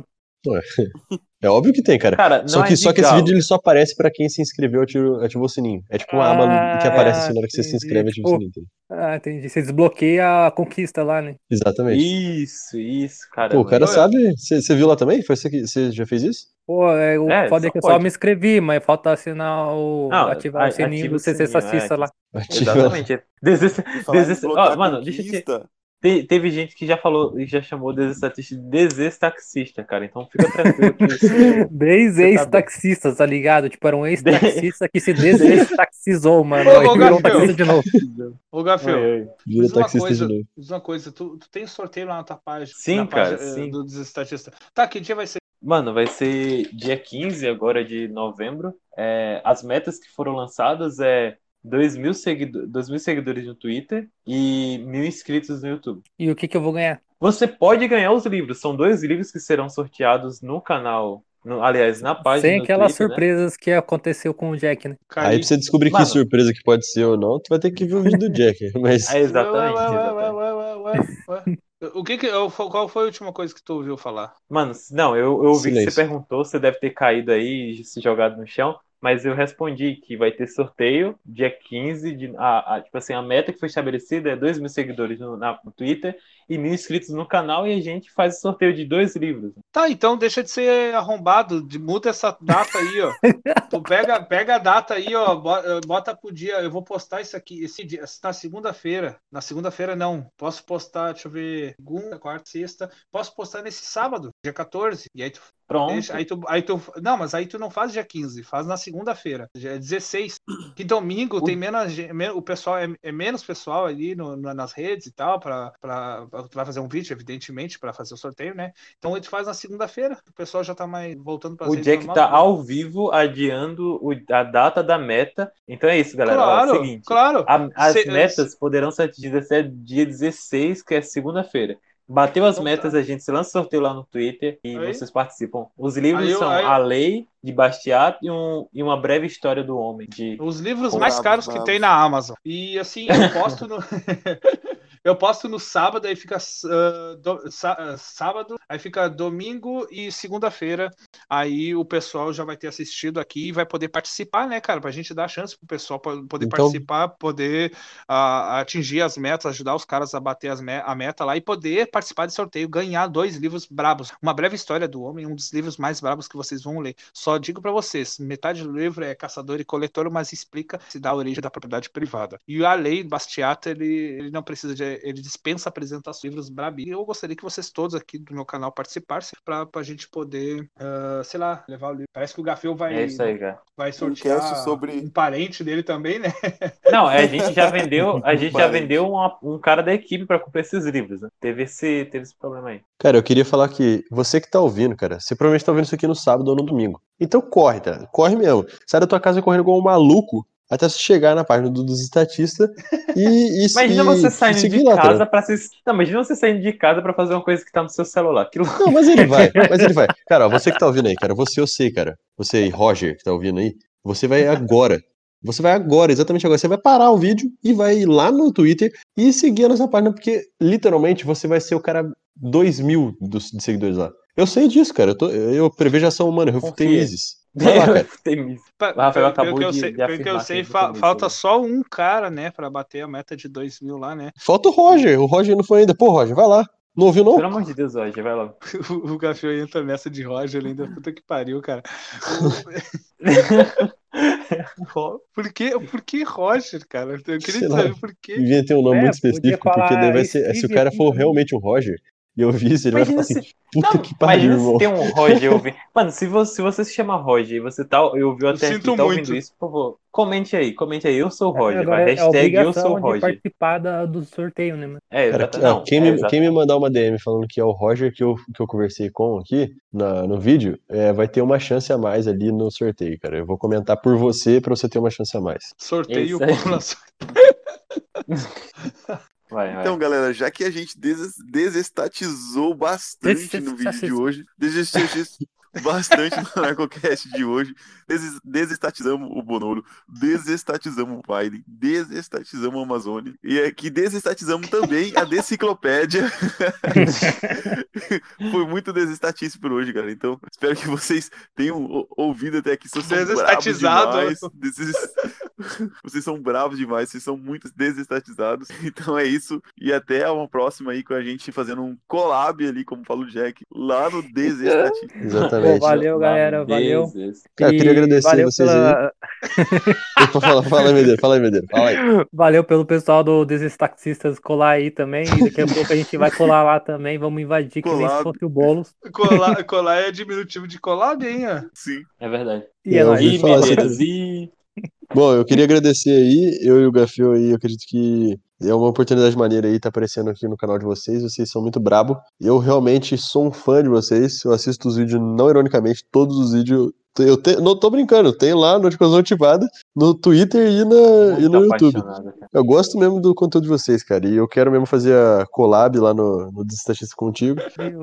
É óbvio que tem, cara. Cara, Só não que, é de só que esse galo. vídeo ele só aparece pra quem se inscreveu e ativou o sininho. É tipo uma aba que aparece assim na hora que você se entendi. inscreve e ativa o Tipo, sininho. Entendeu? entendi. Você desbloqueia a conquista lá, né? Exatamente. Isso, Pô, o caramba. cara Olha. sabe. Você viu lá também? Você já fez isso? Pô, o É, foda é só que eu só pode. me inscrevi, mas falta assinar Não, ativar o sininho do CC Sassista lá. Ativa. Exatamente. falar em desbloquear a Mano, deixa eu te... conquista. Teve gente que já falou, já chamou o desestatista de desestaxista, cara. Então fica tranquilo que isso. Desde Você tá ex-taxistas, tá ligado? Tipo, era um ex-taxista que se desestaxizou, mano. Ô, Aí virou Gabriel. taxista de novo. Ô, Gafel, Oi. Vira diz uma taxista coisa, de novo. tu tem sorteio lá na tua página? Sim, na cara, página, sim. do Desestatista. Tá, que dia vai ser? Mano, vai ser dia 15 agora de novembro. As metas que foram lançadas é 2.000 seguidores no Twitter e 1.000 inscritos no YouTube. E o que eu vou ganhar? Você pode ganhar os livros. São 2 livros que serão sorteados no canal. Aliás, na página Sem do aquelas Twitter, né? surpresas que aconteceu com o Jack, né? Aí pra você descobrir Mano. que surpresa que pode ser ou não, tu vai ter que ver o vídeo do Jack. Mas Exatamente. Ué. Qual foi a última coisa que tu ouviu falar? Mano, não, eu ouvi que Silêncio. você perguntou, você deve ter caído aí e se jogado no chão, mas eu respondi que vai ter sorteio dia 15, tipo assim, a meta que foi estabelecida é 2.000 seguidores no Twitter e 1.000 inscritos no canal e a gente faz o sorteio de 2 livros. Tá, então deixa de ser arrombado, muda essa data aí, ó. Tu pega a data aí, ó, bota pro dia. Eu vou postar isso aqui, esse dia, na segunda-feira. Na segunda-feira não. Posso postar, deixa eu ver, segunda, quarta, sexta. Posso postar nesse sábado, dia 14. E aí tu Pronto. deixa, não, mas aí tu não faz dia 15, faz na segunda-feira, dia 16. Que domingo tem o pessoal é menos pessoal ali nas redes e tal, tu vai fazer um vídeo, evidentemente, para fazer o sorteio, né? Então a gente faz na segunda-feira, o pessoal já tá mais voltando para as O redes Jack normal. tá ao vivo adiando a data da meta. Então é isso, galera. Claro, Ó, é o seguinte, claro. as metas poderão ser atingidas até dia 16, que é segunda-feira. Bateu as Então metas, tá. a gente lança sorteio lá no Twitter e Aí? vocês participam. Os livros Aí são A Lei de Bastiat e Uma Breve História do Homem. Os livros Bravo, mais caros bravo. que tem na Amazon. E assim, eu posto no eu posto no sábado, aí fica sábado, aí fica domingo e segunda-feira. Aí o pessoal já vai ter assistido aqui e vai poder participar, né, cara? Pra gente dar a chance pro pessoal poder Então- participar, poder atingir as metas, ajudar os caras a bater a meta lá e poder participar de sorteio, ganhar 2 livros brabos. Uma Breve História do Homem, um dos livros mais brabos que vocês vão ler. Só digo pra vocês, metade do livro é Caçador e Coletor, mas explica se dá a origem da propriedade privada. E a Lei Bastiat, ele não precisa ele dispensa apresentações, livros brabos. E eu gostaria que vocês todos aqui do meu canal participassem pra gente poder, sei lá, levar o livro. Parece que o Gafel vai, É isso aí, cara. vai sortear cast sobre- um parente dele também, né? Não, a gente já vendeu um cara da equipe para comprar esses livros, né? Teve esse problema aí. Cara, eu queria falar que você que tá ouvindo, cara, você provavelmente tá ouvindo isso aqui no sábado ou no domingo. Então corre, tá? Corre mesmo. Sai da tua casa correndo igual um maluco até você chegar na página dos estatistas e Imagina você saindo seguir de lá, cara. casa pra se. Não, imagina você saindo de casa pra fazer uma coisa que tá no seu celular. Que louco. Não, mas ele vai. Cara, ó, você que tá ouvindo aí, cara, eu sei, cara. Você aí, Roger, que tá ouvindo aí, você vai agora Você vai agora, exatamente agora, você vai parar o vídeo e vai ir lá no Twitter e seguir a nossa página, porque literalmente você vai ser o cara 2000 de seguidores lá. Eu sei disso, cara. Eu prevejo ação humana, eu refutei Confia. Mises. Vai lá, cara. O Rafael acabou Pelo de que eu afirmar sei, que é falta só um cara, né, pra bater a meta de 2.000 lá, né? Falta o Roger não foi ainda. Pô, Roger, vai lá. Não ouviu, não? Pelo amor de Deus, Roger, vai lá. O Gafio entra nessa de Roger ainda, puta que pariu, cara. Por que Roger, cara? Eu queria Sei lá. saber por quê. Inventei um nome muito podia específico, porque falar daí vai ser. Se o Steve cara assim for também. realmente um Roger, e eu vi isso, ele vai Imagina falar assim, se. puta Não, que pariu, imagina irmão. se tem um Roger ouvindo. Mano, se você se chama Roger e você tá, eu ouviu Eu até aqui, sinto tá ouvindo muito. isso, por favor, comente aí, eu sou o Roger, vai, Agora é a hashtag eu sou o obrigação de Roger. participar do sorteio, né, mano? É, Cara, exato. Não, quem é me exatamente. mandar uma DM falando que é o Roger que eu conversei com aqui no vídeo, vai ter uma chance a mais ali no sorteio, cara. Eu vou comentar por você pra você ter uma chance a mais. Sorteio Isso aí. com Vai. Então, galera, já que a gente desestatizou bastante no vídeo de hoje, bastante no NarcoCast de hoje, desestatizamos o Bonoro, desestatizamos o Biden, desestatizamos a Amazônia, e aqui desestatizamos também a Deciclopédia. Foi muito desestatice por hoje, cara. Então, espero que vocês tenham ouvido até aqui. Vocês são bravos Desestatizado. demais. Vocês são bravos demais, vocês são muito desestatizados. Então é isso. E até uma próxima aí com a gente fazendo um collab ali, como fala o Jack, lá no Desestatize. Exatamente. Bom, valeu, galera. Valeu. Cara, eu queria agradecer valeu vocês pela... Fala aí, Medeiro, fala aí. Valeu pelo pessoal do Desestaxistas colar aí também. E daqui a pouco a gente vai colar lá também. Vamos invadir que nem se fosse o Boulos. Colar é diminutivo de collab, hein? Sim. É verdade. E é Eu nóis. ouvi falar Medeiros, e... Bom, eu queria agradecer aí, eu e o Gafio aí, eu acredito que é uma oportunidade maneira aí estar aparecendo aqui no canal de vocês são muito brabo. Eu realmente sou um fã de vocês, eu assisto os vídeos, não ironicamente, todos os vídeos, não tô brincando, tem lá a notificação ativada no Twitter e no YouTube. Cara. Eu gosto mesmo do conteúdo de vocês, cara, e eu quero mesmo fazer a collab lá no Desestatista contigo.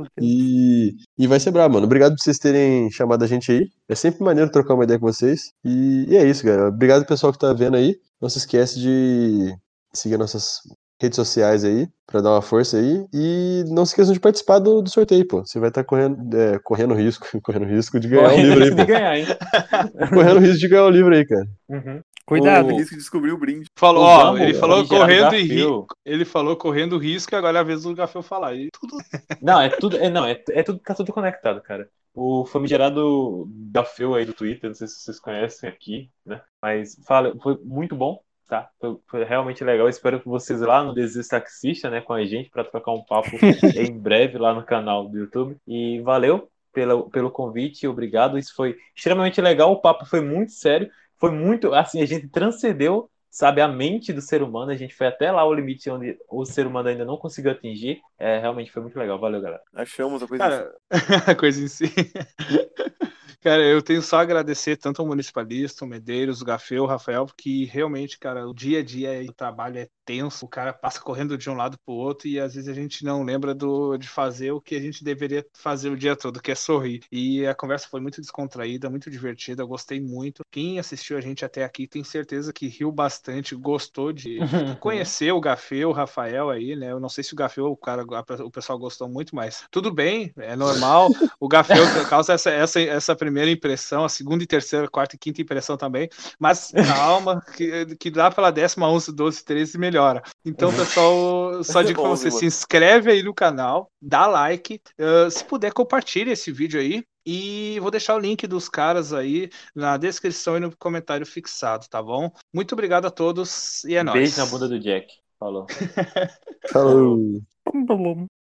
E vai ser brabo, mano. Obrigado por vocês terem chamado a gente aí. É sempre maneiro trocar uma ideia com vocês. E é isso, galera. Obrigado pessoal que tá vendo aí. Não se esquece de seguir nossas redes sociais aí, pra dar uma força aí. E não se esqueçam de participar do sorteio, pô. Você vai estar correndo risco de ganhar um livro aí, de pô. ganhar, hein? Correndo risco de ganhar um livro aí, cara. Uhum. Cuidado. Tem risco de descobrir o brinde. Falou, O ó, Gambo, ele falou famigerado correndo e Gafio. ele falou correndo risco e agora é a vez do Gafio falar. E tudo. Não, é tudo. Tá tudo conectado, cara. O famigerado Gafio aí do Twitter, não sei se vocês conhecem aqui, né? Mas foi muito bom, tá? Foi realmente legal. Espero que vocês lá no Desestaxista, né, com a gente, para trocar um papo em breve lá no canal do YouTube. E valeu pelo convite, obrigado. Isso foi extremamente legal. O papo foi muito sério. Foi muito, assim, a gente transcendeu, sabe, a mente do ser humano. A gente foi até lá o limite onde o ser humano ainda não conseguiu atingir. Realmente foi muito legal. Valeu, galera. Achamos a coisa Cara, a coisa em si. Cara, eu tenho só a agradecer tanto ao Municipalista, o Medeiros, o Gafeu, o Rafael, porque realmente, cara, o dia a dia do trabalho é tenso, o cara passa correndo de um lado pro outro e às vezes a gente não lembra de fazer o que a gente deveria fazer o dia todo, que é sorrir. E a conversa foi muito descontraída, muito divertida, eu gostei muito. Quem assistiu a gente até aqui tem certeza que riu bastante, gostou de conhecer o Gafeu, o Rafael aí, né? Eu não sei se o Gafeu, o pessoal gostou muito, mas tudo bem, é normal. O Gafeu causa essa primeira impressão, a segunda e terceira, quarta e quinta impressão também, mas calma, que lá pela 10ª, 11ª, 12ª, 13ª melhora. Então, pessoal, só digo pra você, se inscreve aí no canal, dá like, se puder, compartilha esse vídeo aí, e vou deixar o link dos caras aí na descrição e no comentário fixado, tá bom? Muito obrigado a todos e é nóis. Beijo na bunda do Jack. Falou. Falou.